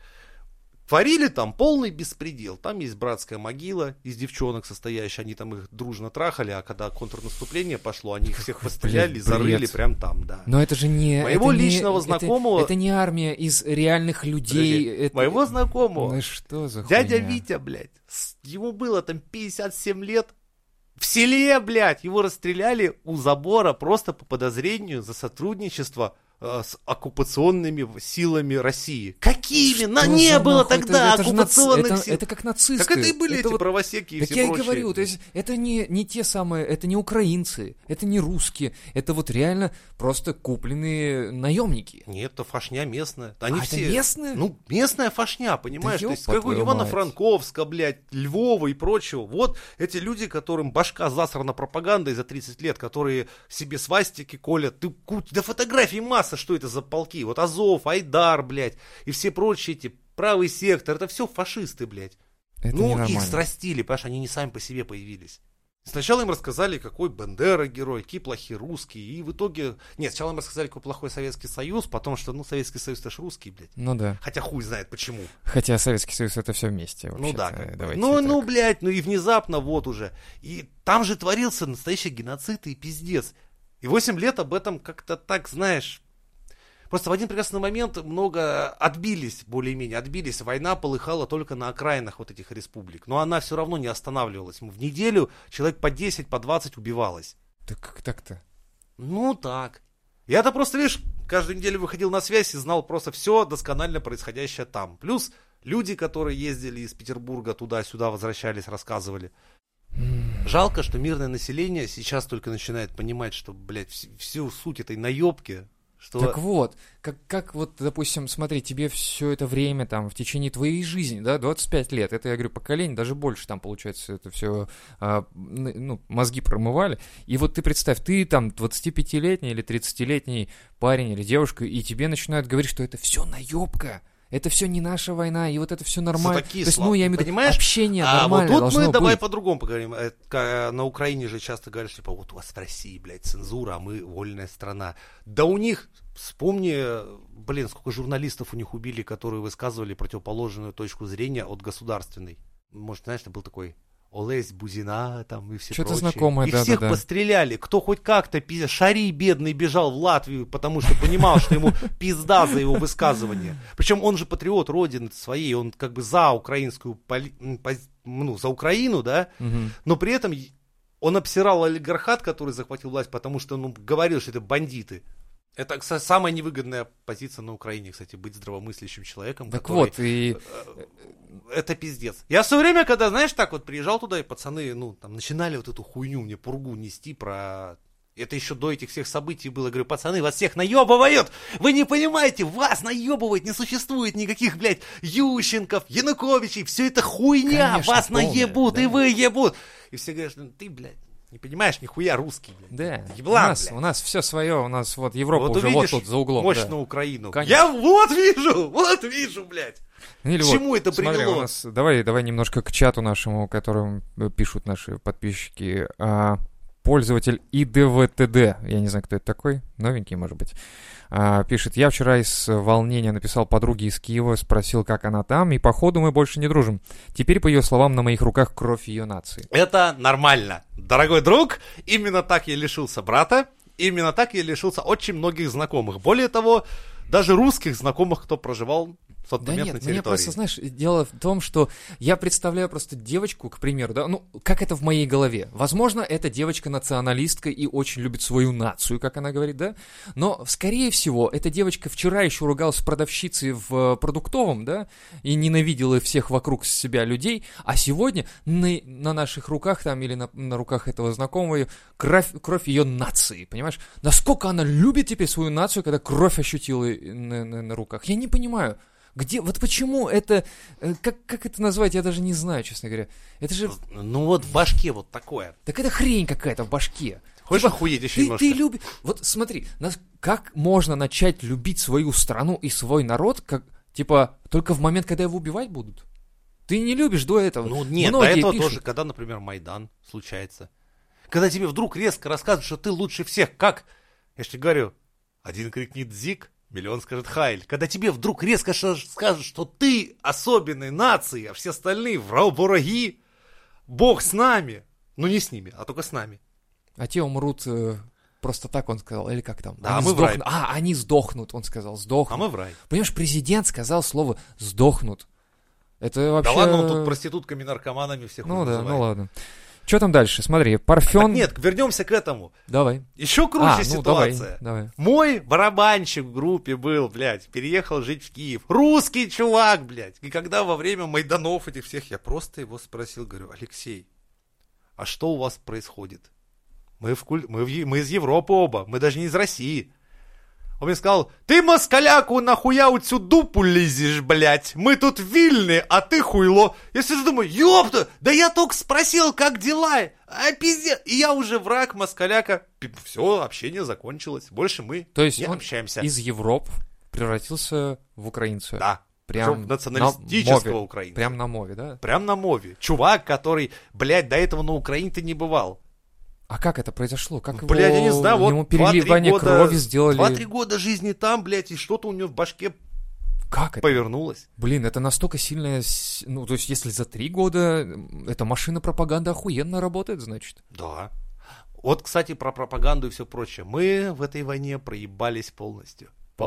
творили там полный беспредел. Там есть братская могила из девчонок состоящая, они там их дружно трахали, а когда контрнаступление пошло, они их всех постреляли, зарыли прям там, да. Но это же не... Моего личного знакомого... Это не армия из реальных людей. Моего знакомого... Ну что за дядя хуйня? Витя, блядь, ему было там 57 лет, в селе, блядь, его расстреляли у забора просто по подозрению за сотрудничество с оккупационными силами России. Какими? Не было тогда оккупационных сил. Это как нацисты. Так это и были эти правосеки и все прочие. Так я и говорю, то есть это не те самые, это не украинцы, это не русские, это вот реально просто купленные наемники. Нет, это фашня местная. Они это все... местная? Местная фашня, понимаешь? Да то есть как у Ивано-Франковска, блядь, Львова и прочего. Вот эти люди, которым башка засрана пропагандой за 30 лет, которые себе свастики колят. Да фотографий масса, что это за полки. Вот Азов, Айдар, блядь, и все прочие эти, правый сектор, это все фашисты, блядь. Это их срастили, понимаешь, они не сами по себе появились. Сначала им рассказали, какой Бандера герой, какие плохие русские, и в итоге... Нет, сначала им рассказали, какой плохой Советский Союз, потом, что, Советский Союз это ж русский, блядь. Ну да. Хотя хуй знает почему. Хотя Советский Союз это все вместе, вообще-то. Ну да, блядь, и внезапно вот уже. И там же творился настоящий геноцид и пиздец. И 8 лет об этом как-то так, знаешь... Просто в один прекрасный момент много отбились, более-менее отбились. Война полыхала только на окраинах вот этих республик. Но она все равно не останавливалась. В неделю человек по 10, по 20 убивалось. Да как так-то? Ну так. Я-то просто, видишь, каждую неделю выходил на связь и знал просто все досконально происходящее там. Плюс люди, которые ездили из Петербурга туда-сюда, возвращались, рассказывали. Жалко, что мирное население сейчас только начинает понимать, что, блядь, всю суть этой наебки... Что... Так вот, как вот, допустим, смотри, тебе все это время, там, в течение твоей жизни, да, 25 лет, это, я говорю, поколение, даже больше, там, получается, это все, мозги промывали, и вот ты представь, ты, там, 25-летний или 30-летний парень или девушка, и тебе начинают говорить, что это все наебка, это все не наша война, и вот это все нормально. То есть, я имею в виду, общение нормальное вот тут мы давай быть. по-другому поговорим. На Украине же часто говорят, типа, вот у вас в России, блядь, цензура, а мы вольная страна. Да у них, вспомни, сколько журналистов у них убили, которые высказывали противоположную точку зрения от государственной. Может, знаешь, там был такой... Олесь Бузина там и все что-то прочие. Знакомое, их всех постреляли. Кто хоть как-то Шари бедный бежал в Латвию, потому что понимал, что ему пизда за его высказывание. Причем он же патриот родины своей, он как бы за украинскую, за Украину, да, но при этом он обсирал олигархат, который захватил власть, потому что он говорил, что это бандиты. Это самая невыгодная позиция на Украине, кстати, быть здравомыслящим человеком. Так вот, и... Это пиздец. Я в свое время, когда, знаешь, так вот приезжал туда, и пацаны, начинали вот эту хуйню мне пургу нести про... Это еще до этих всех событий было. Я говорю, пацаны, вас всех наебывают! Вы не понимаете, вас наебывают! Не существует никаких, блядь, Ющенков, Януковичей! Все это хуйня! Конечно, вас наебут, да. И вы ебут! И все говорят, ты, блядь, не понимаешь, нихуя русский, блядь. Да, еблан, у нас все свое, у нас вот Европа вот уже увидишь, вот тут за углом. Мощь на Украину. Конечно. Я вот вижу, блядь. Или к чему это привело? Смотри, у нас, давай немножко к чату нашему, которым пишут наши подписчики. Пользователь ИДВТД, я не знаю, кто это такой, новенький, может быть, пишет: я вчера из волнения написал подруге из Киева, спросил, как она там, и походу мы больше не дружим. Теперь, по ее словам, на моих руках кровь ее нации. Это нормально. Дорогой друг, именно так я лишился брата, именно так я лишился очень многих знакомых. Более того, даже русских знакомых, кто проживал в тот момент на территории. Мне просто, знаешь, дело в том, что я представляю просто девочку, к примеру, да, как это в моей голове. Возможно, эта девочка националистка и очень любит свою нацию, как она говорит, да, но, скорее всего, эта девочка вчера еще ругалась с продавщицей в продуктовом, да, и ненавидела всех вокруг себя людей, а сегодня на наших руках там или на руках этого знакомого кровь ее нации, понимаешь? Насколько она любит теперь свою нацию, когда кровь ощутила на руках. Я не понимаю. Вот почему это, как это назвать, я даже не знаю, честно говоря. Это же... вот в башке вот такое. Так это хрень какая-то в башке. Хочешь охуеть еще немножко? Ты любишь... Вот смотри, как можно начать любить свою страну и свой народ, только в момент, когда его убивать будут? Ты не любишь до этого. Нет, до этого тоже, когда, например, Майдан случается. Когда тебе вдруг резко рассказывают, что ты лучше всех, как? Я же тебе говорю, один крикнет «Зик», миллион скажет «Хайль». Когда тебе вдруг резко скажут, что ты особенной нации, а все остальные враги, Бог с нами. Не с ними, а только с нами. А те умрут просто так, он сказал, или как там? Да, мы в рай. Они сдохнут, он сказал, сдохнут. А мы в рай. Понимаешь, президент сказал слово «сдохнут». Это вообще... Да ладно, он тут проститутками, наркоманами всех называет. Да, ладно. Что там дальше? Смотри, Парфен... Нет, вернемся к этому. Давай. Еще круче ситуация. Давай. Мой барабанщик в группе был, блядь, переехал жить в Киев. Русский чувак, блядь. И когда во время майданов этих всех, я просто его спросил, говорю, Алексей, а что у вас происходит? Мы из Европы оба, мы даже не из России. Он мне сказал, ты, москаляку, нахуя у цю дупу лезешь, блядь? Мы тут вильны, а ты хуйло. Я сижу думаю, ёпта, да я только спросил, как дела? А пиздец. И я уже враг москаляка. Все, общение закончилось. Больше мы То есть не он общаемся. Из Европы превратился в украинца. Да. Прям националистического украинца. Прям на мове, да? Прям на мове. Чувак, который, блядь, до этого на Украине-то не бывал. А как это произошло? Как блядь, я не знаю, вот ему переливание крови сделали? 2-3 года жизни там, блядь, и что-то у него в башке как это? Повернулось. Блин, это настолько сильная... Ну, то есть, если за 3 года эта машина пропаганды охуенно работает, значит? Да. Вот, кстати, про пропаганду и все прочее. Мы в этой войне проебались полностью.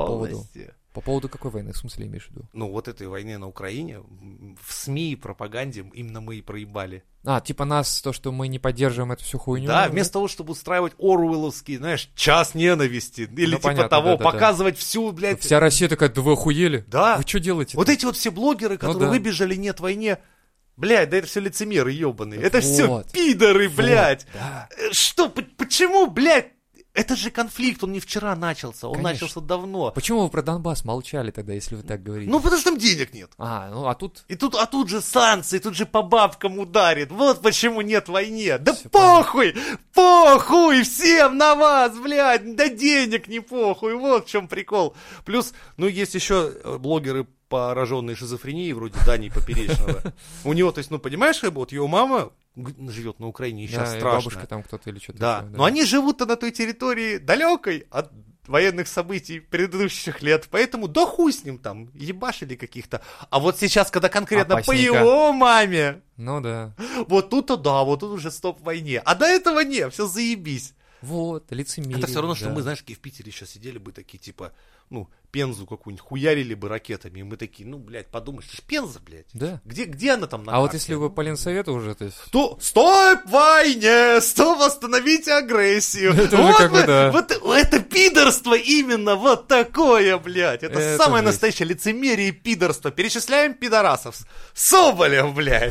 По поводу какой войны, в смысле, имеешь в виду? Ну, вот этой войны на Украине, в СМИ и пропаганде именно мы и проебали. Типа нас, то, что мы не поддерживаем эту всю хуйню. Да, вместо того, чтобы устраивать оруэлловский, знаешь, час ненависти, или ну, типа понятно, того, да, показывать всю, блядь... Вся Россия такая, да вы охуели? Да. Вы что делаете? Вот эти вот все блогеры, которые выбежали «Нет войне», блядь, да это все лицемеры ебаные. Это все пидоры, блядь. Да. Что, почему, блядь? Это же конфликт, он не вчера начался, он Конечно. начался давно. Почему вы про Донбасс молчали тогда, если вы так говорите? Ну, потому что там денег нет. А тут... А тут же санкции, тут же по бабкам ударит. Вот почему нет войне. Да Всё похуй! Похуй всем на вас, блядь! Да денег не похуй, вот в чем прикол. Плюс, ну, есть еще блогеры, пораженные шизофренией, вроде Дани Поперечного. У него, то есть, ну, понимаешь, вот его мама живет на Украине, и сейчас да, страшно. И бабушка там кто-то или что-то. Да, такое, да. но они живут-то на той территории далекой от военных событий предыдущих лет, поэтому да хуй с ним там, ебашили каких-то. А вот сейчас, когда конкретно Опасненько. по его маме, Ну да. вот тут-то да, вот тут уже стоп войне. А до этого не, все заебись. Вот, лицемерие. Это все равно, что да. мы, знаешь, в Питере сейчас сидели бы такие, типа, ну, Пензу какую-нибудь хуярили бы ракетами, и мы такие, ну, блядь, подумаешь, это ж Пенза, блядь. Да. Где она там на А вот карте? если вы по Ленсовету уже, то есть... Стоп войне! Стоп, остановите агрессию! Это уже как бы, да. Вот это пидорство именно вот такое, блядь! Это самое жесть. настоящее лицемерие и пидорство. Перечисляем пидорасов. Соболев, блядь!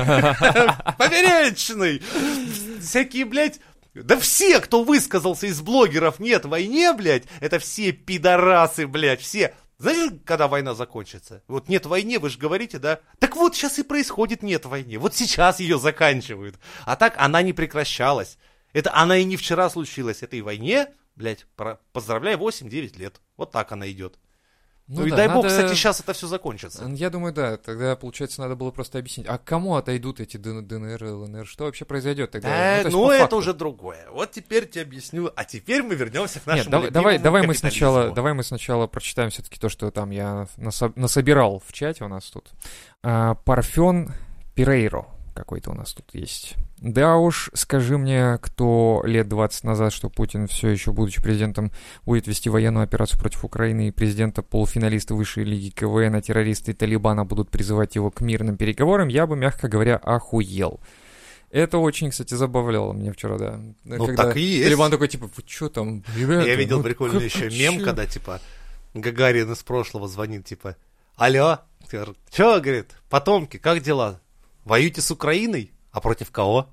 Поперечный! Всякие, блядь... Да все, кто высказался из блогеров «Нет войне», блядь, это все пидорасы, блядь, все. Знаете, когда война закончится? Вот «Нет войне», вы же говорите, да? Так вот, сейчас и происходит «Нет войне». Вот сейчас ее заканчивают. А так она не прекращалась. Это она и не вчера случилась. Этой войне, блядь, поздравляю, 8-9 лет. Вот так она идет. Ну и да, дай бог, надо... кстати, сейчас это все закончится. Я думаю, да. Тогда, получается, надо было просто объяснить. А к кому отойдут эти ДНР и ЛНР? Что вообще произойдет тогда? Да, ну это факту. уже другое. Вот теперь тебе объясню. А теперь мы вернемся к нашему Нет, давай мы капитализму. сначала прочитаем все-таки то, что там я насобирал в чате у нас тут. Парфен Пирейро какой-то у нас тут есть. Да уж, скажи мне, кто лет 20 назад, что Путин все еще, будучи президентом, будет вести военную операцию против Украины, и президента полуфиналиста высшей лиги КВН, а террористы Талибана будут призывать его к мирным переговорам, я бы, мягко говоря, охуел. Это очень, кстати, забавляло меня вчера, да. Ну, когда так и есть. Талибан такой, типа, вы что там, ребята? Я видел прикольный еще мем, когда, типа, Гагарин из прошлого звонит, типа, алло, что, говорит, потомки, как дела? Воюете с Украиной? А против кого?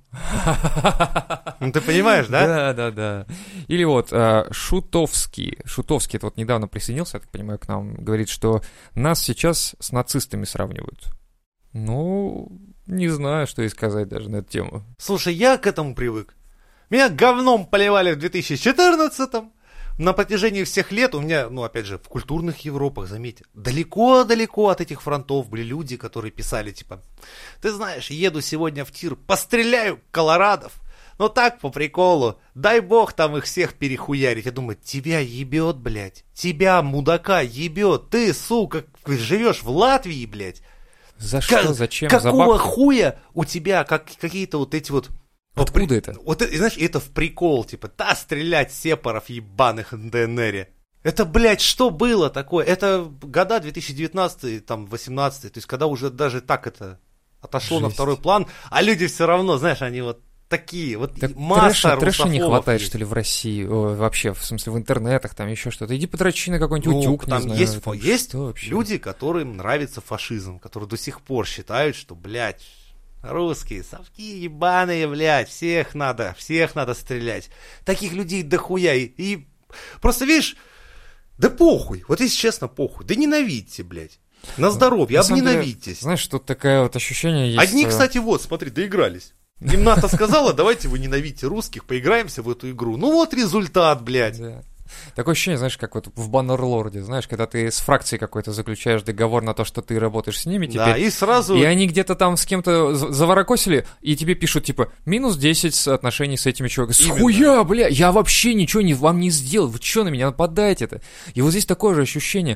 Ну, ты понимаешь, да? Да. Или вот Шутовский. Шутовский, это вот недавно присоединился, я так понимаю, к нам. Говорит, что нас сейчас с нацистами сравнивают. Ну, не знаю, что и сказать даже на эту тему. Слушай, я к этому привык. Меня говном поливали в 2014-м. На протяжении всех лет у меня, ну, опять же, в культурных Европах, заметьте, далеко-далеко от этих фронтов были люди, которые писали, типа, ты знаешь, еду сегодня в тир, постреляю колорадов, но так, по приколу, дай бог там их всех перехуярить. Я думаю, тебя ебет, блядь, тебя, мудака, ебет, ты, сука, живешь в Латвии, блядь. За что, зачем, какого за бабки? хуя у тебя какие-то вот эти вот... Откуда это? Вот, знаешь, это в прикол, типа, стрелять сепаров ебаных в ДНР. Это, блядь, что было такое? Это года 2019, там, 18, то есть, когда уже даже так это отошло на второй план, а люди все равно, знаешь, они вот такие, вот так масса трэша не хватает, есть. что ли, в России, вообще, в смысле, в интернетах, там еще что-то. Иди подрочи на какой-нибудь утюг, там не знаю. Есть люди, которым нравится фашизм, которые до сих пор считают, что, блядь, русские, совки ебаные, блядь, всех надо стрелять. Таких людей дохуя. И просто, видишь, да похуй, вот если честно, похуй. Да ненавидьте, блядь. На здоровье, обненавидьтесь. Знаешь, тут такое вот ощущение есть. Одни, кстати, вот, смотри, доигрались. Им НАТО сказала, давайте вы ненавидите русских, поиграемся в эту игру. Ну вот результат, блядь. Да. Такое ощущение, знаешь, как вот в Баннерлорде, знаешь, когда ты с фракцией какой-то заключаешь договор на то, что ты работаешь с ними теперь. Да, и сразу... И они где-то там с кем-то заворокосили, и тебе пишут, типа, минус 10 отношений с этими чуваками. Схуя, бля, я вообще ничего вам не сделал, вы что на меня нападаете-то? И вот здесь такое же ощущение.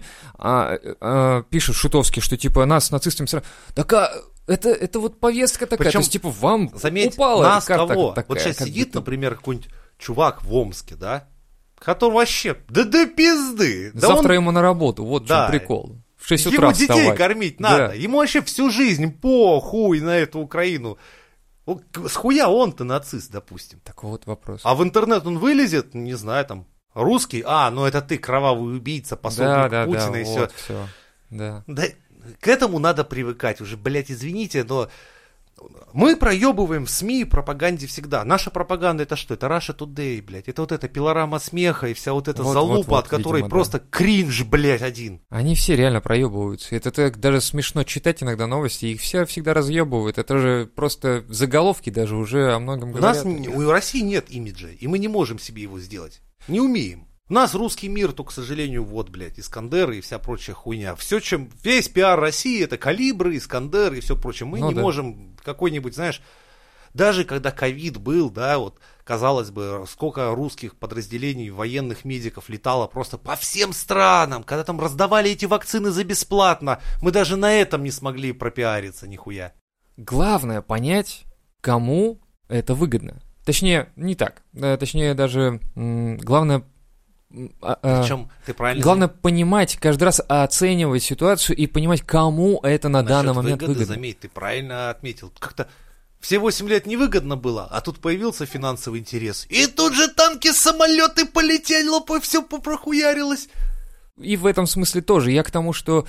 Пишут шутовски, что, типа, нас с нацистами... Так, это вот повестка такая, Причем, то есть, типа, вам заметь, упала нас карта кого? такая. Вот сейчас как сидит, будто... например, какой-нибудь чувак в Омске, да, который вообще, да до пизды. Да Завтра ему на работу, вот в Да. чем прикол. В 6 утра Ему детей вставать. кормить надо. Да. Ему вообще всю жизнь похуй на эту Украину. Схуя он-то нацист, допустим. Такой вот вопрос. А в интернет он вылезет, не знаю, там, русский, ну это ты, кровавый убийца, пособник Путина и вот, все. Да. Да, к этому надо привыкать уже, блядь, извините, но мы проебываем в СМИ и пропаганде всегда. Наша пропаганда это что? Это Russia Today, блядь. Это вот эта пилорама смеха и вся вот эта залупа, от которой видимо, просто кринж, блядь, один. Они все реально проебываются. Это так даже смешно читать иногда новости, их все всегда разъебывают. Это же просто заголовки даже уже о многом говорят. У России нет имиджа, и мы не можем себе его сделать. Не умеем. У нас русский мир, то, к сожалению, вот, блядь, Искандеры и вся прочая хуйня. Весь пиар России это калибры, Искандеры и все прочее. Мы не можем какой-нибудь, знаешь, даже когда ковид был, да, вот, казалось бы, сколько русских подразделений военных медиков летало просто по всем странам, когда там раздавали эти вакцины за бесплатно, мы даже на этом не смогли пропиариться, нихуя. Главное понять, кому это выгодно. Точнее, не так. Точнее, даже главное... Причем, ты правильно главное понимать, каждый раз оценивать ситуацию и понимать, кому это на данный момент выгодно. Заметь, ты правильно отметил. Как-то все 8 лет невыгодно было, а тут появился финансовый интерес. И тут же танки, самолеты полетели, все прохуярилось. И в этом смысле тоже. Я к тому, что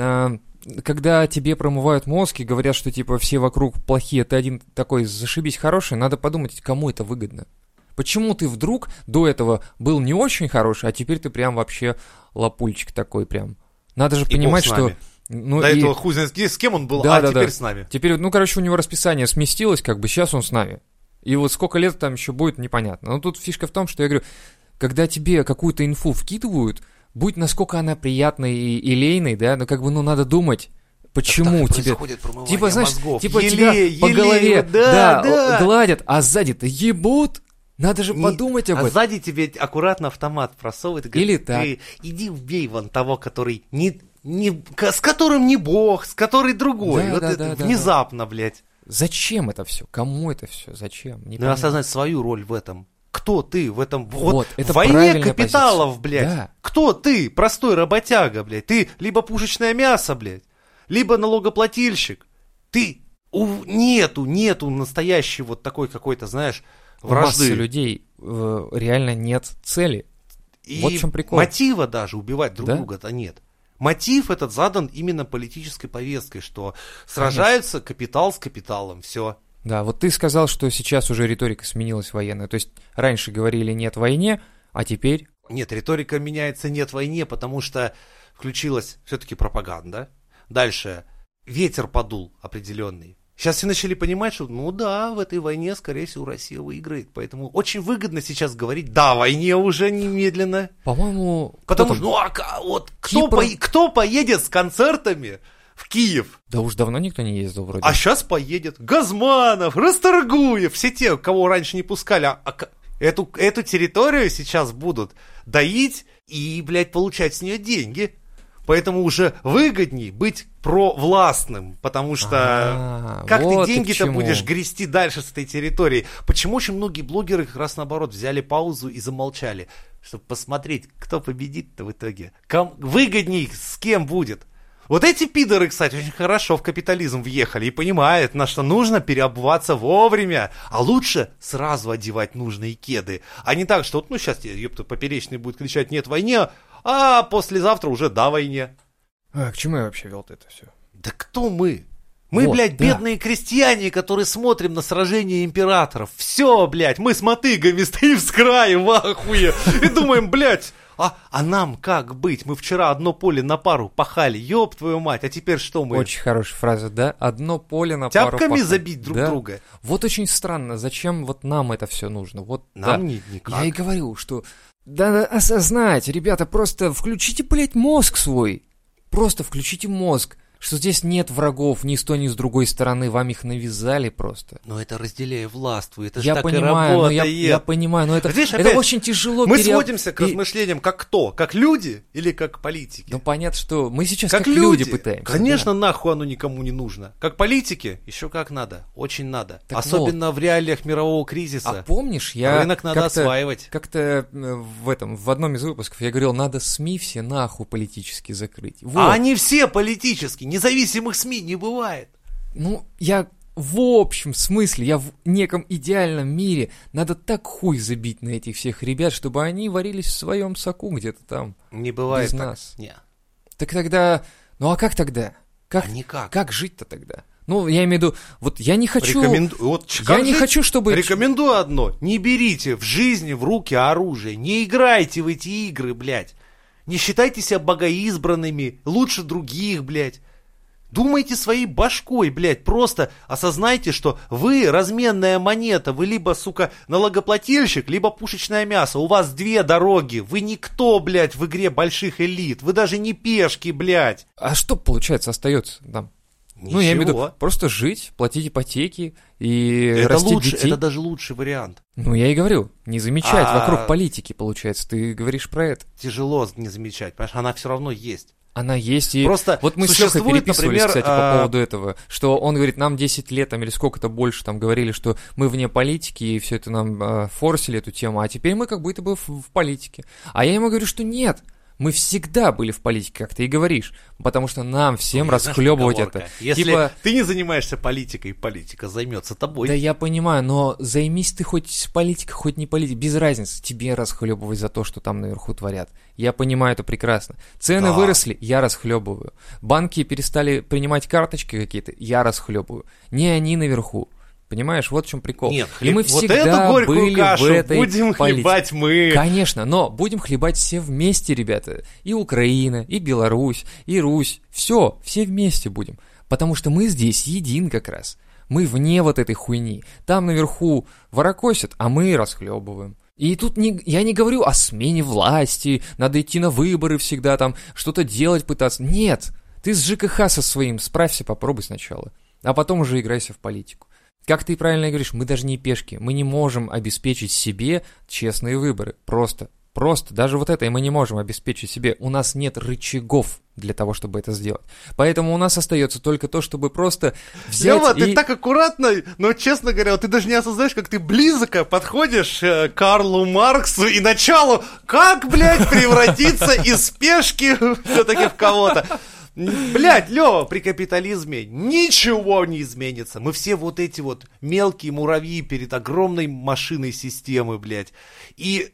когда тебе промывают мозг и говорят, что типа все вокруг плохие, ты один такой зашибись хороший, надо подумать, кому это выгодно. Почему ты вдруг до этого был не очень хороший, а теперь ты прям вообще лапульчик такой прям. Надо же понимать, что... Ну, до этого хуй знает, с кем он был, теперь с нами. Теперь, у него расписание сместилось, как бы сейчас он с нами. И вот сколько лет там еще будет, непонятно. Но тут фишка в том, что я говорю, когда тебе какую-то инфу вкидывают, будь насколько она приятной и лейной, да, но как бы, надо думать. Почему тебе... Типа, знаешь, мозгов. Типа тебя по голове гладят, а сзади-то ебут. Надо же подумать об этом. А сзади тебе аккуратно автомат просовывает и говорит, или так. Ты иди убей вон того, который с которым не бог, с который другой. Внезапно, блядь. Зачем это все? Кому это все? Зачем? Надо осознать свою роль в этом. Кто ты в этом? Вот это в войне позиция. капиталов, блядь. Да. Кто ты? Простой работяга, блядь. Ты либо пушечное мясо, блядь, либо налогоплательщик. Нету настоящей вот такой какой-то, знаешь, вражды. У массы людей реально нет цели. И вот в чем прикол. Мотива даже убивать друг друга-то нет. Мотив этот задан именно политической повесткой, что сражаются капитал с капиталом, все. Да, вот ты сказал, что сейчас уже риторика сменилась военная. То есть раньше говорили «нет войне», а теперь... Нет, риторика меняется «нет войне», потому что включилась все-таки пропаганда. Дальше ветер подул определенный. Сейчас все начали понимать, что, в этой войне, скорее всего, Россия выиграет. Поэтому очень выгодно сейчас говорить, да, войне уже немедленно. По-моему... Потому что, кто поедет с концертами в Киев? Да уж давно никто не ездил вроде. А сейчас поедет Газманов, Расторгуев, все те, кого раньше не пускали. Эту территорию сейчас будут доить и, блядь, получать с нее деньги. Поэтому уже выгодней быть провластным, потому что как вот ты деньги-то будешь грести дальше с этой территории? Почему очень многие блогеры как раз наоборот взяли паузу и замолчали, чтобы посмотреть, кто победит-то в итоге? Выгодней с кем будет? Вот эти пидоры, кстати, очень хорошо в капитализм въехали и понимают, на что нужно переобуваться вовремя, а лучше сразу одевать нужные кеды, а не так, что сейчас ёпта поперечный будет кричать «нет войне», а послезавтра уже «да войне». К чему я вообще вел это все? Да кто мы? Мы, блядь, бедные крестьяне, которые смотрим на сражение императоров. Все, блядь, мы с мотыгами стоим с края в ахуе и думаем, блядь, а нам как быть? Мы вчера одно поле на пару пахали, ёб твою мать, а теперь что мы? Очень хорошая фраза, да? Одно поле на пару тяпками забить друг друга. Вот очень странно, зачем вот нам это все нужно? Вот, нам никак. Я и говорю, что Да осознать, ребята, просто включите, блядь, мозг свой. Просто включите мозг, что здесь нет врагов ни с той, ни с другой стороны, вам их навязали просто. Но это разделяя властвуй, это же Я так понимаю, и но работает. я понимаю, но это, Видишь, это опять очень тяжело. Мы сводимся к размышлениям как кто? Как люди или как политики? Ну, понятно, что мы сейчас как люди пытаемся. Конечно, нахуй оно никому не нужно. Как политики, еще как надо, очень надо. Так особенно в реалиях мирового кризиса. А помнишь, я рынок надо осваивать. Как-то в одном из выпусков я говорил, надо СМИ все нахуй политически закрыть. Вот. А они все политические, независимых СМИ не бывает. Ну, в общем смысле, я в неком идеальном мире, надо так хуй забить на этих всех ребят, чтобы они варились в своем соку где-то там. Не бывает без так. нас. Не. Так тогда, ну а как тогда? никак. Как жить-то тогда? Ну, я имею в виду, вот я не хочу... хочу, чтобы... Рекомендую одно. Не берите в жизни в руки оружие. Не играйте в эти игры, блядь. Не считайте себя богоизбранными, лучше других, блядь. Думайте своей башкой, блядь, просто осознайте, что вы разменная монета, вы либо, сука, налогоплательщик, либо пушечное мясо, у вас две дороги, вы никто, блядь, в игре больших элит, вы даже не пешки, блядь. А что, получается, остается там? Ничего. Ну, я имею в виду, просто жить, платить ипотеки и это растить лучше, детей. Это даже лучший вариант. Ну, я и говорю, не замечать вокруг политики, получается, ты говоришь про это. Тяжело не замечать, понимаешь, она все равно есть. Она есть, и просто вот мы с Лёхой переписывались, например, кстати, по поводу этого, что он говорит, нам 10 лет там, или сколько-то больше там говорили, что мы вне политики, и все это нам форсили, эту тему, а теперь мы как будто бы в политике. А я ему говорю, что нет, мы всегда были в политике, как ты и говоришь, потому что нам всем расхлебывать это. Если ты не занимаешься политикой, политика займется тобой. Да я понимаю, но займись ты хоть политикой, хоть не политикой, без разницы, тебе расхлебывать за то, что там наверху творят. Я понимаю это прекрасно. Цены выросли, я расхлебываю. Банки перестали принимать карточки какие-то, я расхлебываю. Не они наверху. Понимаешь, вот в чем прикол. Нет, и мы вот всегда эту горькую были кашу в этой будем хлебать мы. Конечно, но будем хлебать все вместе, ребята. И Украина, и Беларусь, и Русь. Все вместе будем. Потому что мы здесь един как раз. Мы вне вот этой хуйни. Там наверху ворокосят, а мы расхлебываем. И тут я не говорю о смене власти, надо идти на выборы всегда, там что-то делать пытаться. Нет, ты с ЖКХ со своим справься, попробуй сначала. А потом уже играйся в политику. Как ты правильно говоришь, мы даже не пешки, мы не можем обеспечить себе честные выборы, просто, даже вот это и мы не можем обеспечить себе, у нас нет рычагов для того, чтобы это сделать, поэтому у нас остается только то, чтобы просто взять Лёва, ты так аккуратно, но, честно говоря, вот ты даже не осознаешь, как ты близко подходишь к Карлу Марксу и началу, как, блядь, превратиться из пешки все-таки в кого-то. Блядь, Лёва, при капитализме ничего не изменится. Мы все вот эти вот мелкие муравьи перед огромной машиной системы, блядь. И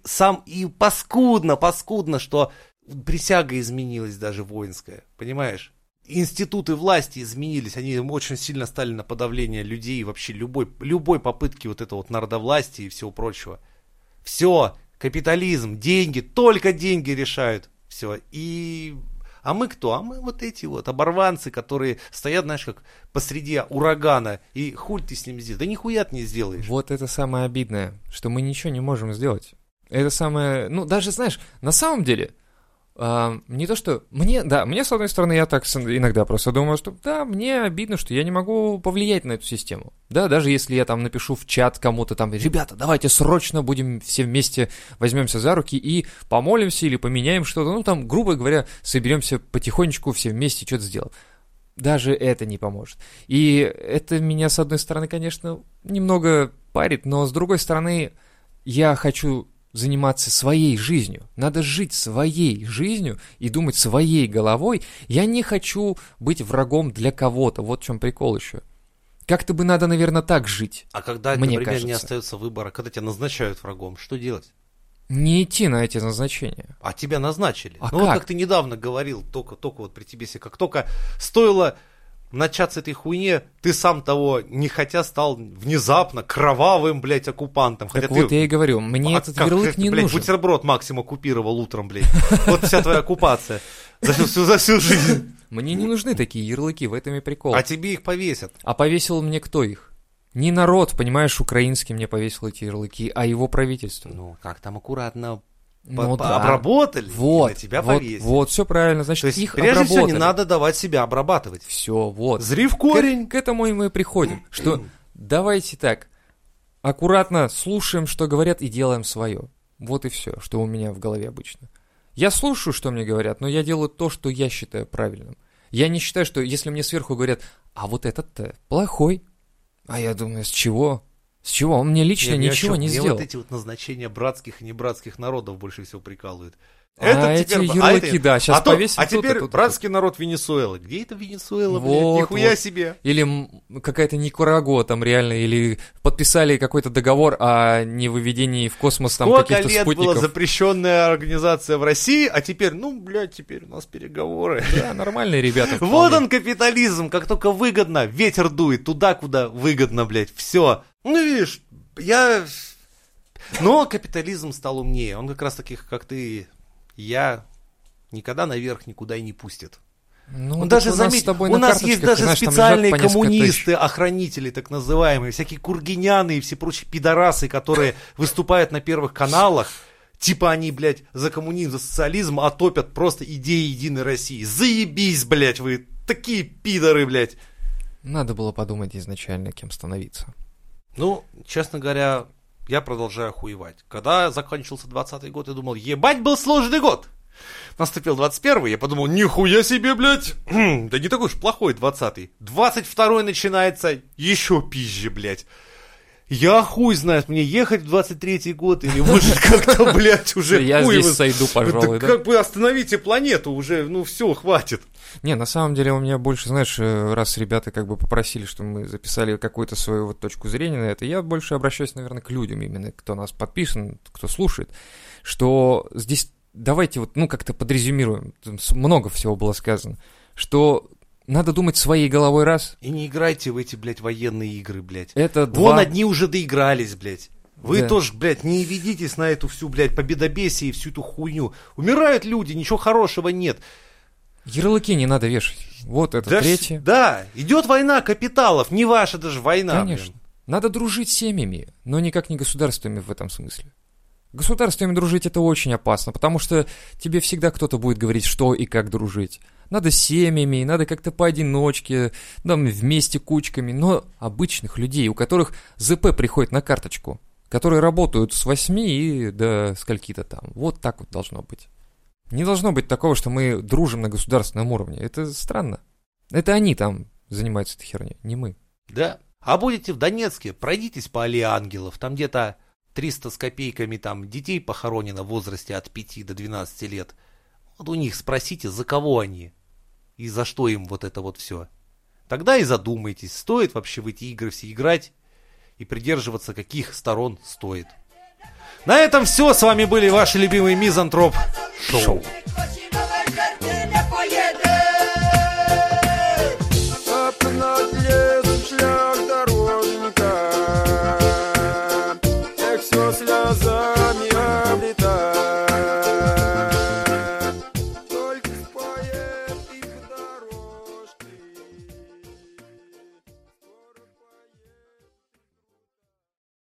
паскудно, что присяга изменилась даже воинская, понимаешь? Институты власти изменились, они очень сильно стали на подавление людей, вообще любой попытки вот этого вот народовластия и всего прочего. Все, капитализм, деньги, только деньги решают все. А мы кто? А мы вот эти вот оборванцы, которые стоят, знаешь, как посреди урагана, и хуй ты с ним сделаешь. Да нихуя ты не сделаешь. Вот это самое обидное, что мы ничего не можем сделать. Это самое, даже, знаешь, на самом деле, не то что, мне, с одной стороны, я так иногда просто думаю, что, да, мне обидно, что я не могу повлиять на эту систему. Да, даже если я там напишу в чат кому-то там, ребята, давайте срочно будем все вместе, возьмемся за руки и помолимся или поменяем что-то, там, грубо говоря, соберемся потихонечку все вместе что-то сделаем. Даже это не поможет. И это меня, с одной стороны, конечно, немного парит, но с другой стороны, я хочу заниматься своей жизнью. Надо жить своей жизнью и думать своей головой. Я не хочу быть врагом для кого-то. Вот в чем прикол еще. Как-то бы надо, наверное, так жить. А когда, мне например, кажется, не остается выбора, когда тебя назначают врагом, что делать? Не идти на эти назначения. А тебя назначили. А вот как ты недавно говорил, только вот при тебе, как только стоило начаться этой хуйне, ты сам того не хотя стал внезапно кровавым, блядь, оккупантом. Так хотя вот я и говорю, мне этот ярлык не нужен. Бутерброд Максим оккупировал утром, блядь. Вот вся твоя оккупация за всю жизнь. Мне не нужны такие ярлыки, в этом и прикол. А тебе их повесят. А повесил мне кто их? Не народ, понимаешь, украинский мне повесил эти ярлыки, а его правительство. Ну, как там аккуратно Ну да. обработали Вот, и на тебя вот, повесили. вот, все правильно, значит, То есть, их прежде всего, обработали. не надо давать себя обрабатывать. Все, вот. Зри в корень. К этому и мы приходим, что давайте так, аккуратно слушаем, что говорят, и делаем свое. Вот и все, что у меня в голове обычно. Я слушаю, что мне говорят, но я делаю то, что я считаю правильным. Я не считаю, что если мне сверху говорят, а вот этот-то плохой, а я думаю, с чего? С чего? Он мне лично ничего не сделал. Мне вот эти вот назначения братских и небратских народов больше всего прикалывают. Эти ярлыки, да, сейчас повесим. А теперь тут. братский народ Венесуэлы. Где это Венесуэла, Вот, блядь? Нихуя вот. себе. Или какая-то Никарагуа там реально, или подписали какой-то договор о невыведении в космос там Сколько каких-то лет спутников. была запрещенная организация в России, а теперь, теперь у нас переговоры. Да, нормальные ребята. Вот вполне. он капитализм, как только выгодно, ветер дует туда, куда выгодно, блядь, все. Видишь, Но капитализм стал умнее, он как раз таких, как ты, я, никогда наверх никуда и не пустит. Ну, Он даже, у нас заметь, с тобой у на нас карточках, есть даже знаешь, там специальные лежат по несколько коммунисты, охранители так называемые, всякие кургиняны и все прочие пидорасы, которые выступают на первых каналах, типа они, блядь, за коммунизм, за социализм, а топят просто идеи Единой России. Заебись, блядь, вы такие пидоры, блядь. Надо было подумать изначально, кем становиться. Честно говоря, я продолжаю охуевать. Когда закончился 20-й год, я думал, ебать, был сложный год. Наступил 21-й, я подумал, нихуя себе, блядь. Да не такой уж плохой 20-й. 22-й начинается еще пизже, блядь. Я хуй знает, мне ехать в 23-й год или может как-то, блядь, уже Я хуй здесь сойду, пожалуй, да? Как бы остановите планету уже, все, хватит. Не, на самом деле у меня больше, знаешь, раз ребята как бы попросили, что мы записали какую-то свою вот точку зрения на это, я больше обращаюсь, наверное, к людям именно, кто нас подписан, кто слушает, что здесь давайте вот, как-то подрезюмируем, много всего было сказано, что надо думать своей головой раз. И не играйте в эти, блядь, военные игры, блядь. Это Вон два. одни уже доигрались, блядь. Вы Да. тоже, блядь, не ведитесь на эту всю, блядь, победобесие и всю эту хуйню. Умирают люди, ничего хорошего нет. Ярлыки не надо вешать. Вот это третье. Да, идет война капиталов, не ваша даже война. Конечно. Блин. Надо дружить с семьями, но никак не государствами в этом смысле. Государствами дружить это очень опасно, потому что тебе всегда кто-то будет говорить, что и как дружить. Надо с семьями, надо как-то поодиночке, там, вместе кучками, но обычных людей, у которых ЗП приходит на карточку, которые работают с 8 и до скольки-то там. Вот так вот должно быть. Не должно быть такого, что мы дружим на государственном уровне. Это странно. Это они там занимаются этой херней, не мы. Да. А будете в Донецке, пройдитесь по Аллее Ангелов, там где-то 300 с копейками там детей похоронено в возрасте от 5 до 12 лет. Вот у них спросите, за кого они и за что им вот это вот все. Тогда и задумайтесь, стоит вообще в эти игры все играть и придерживаться каких сторон стоит. На этом все. С вами были ваши любимые Мизантроп Шоу.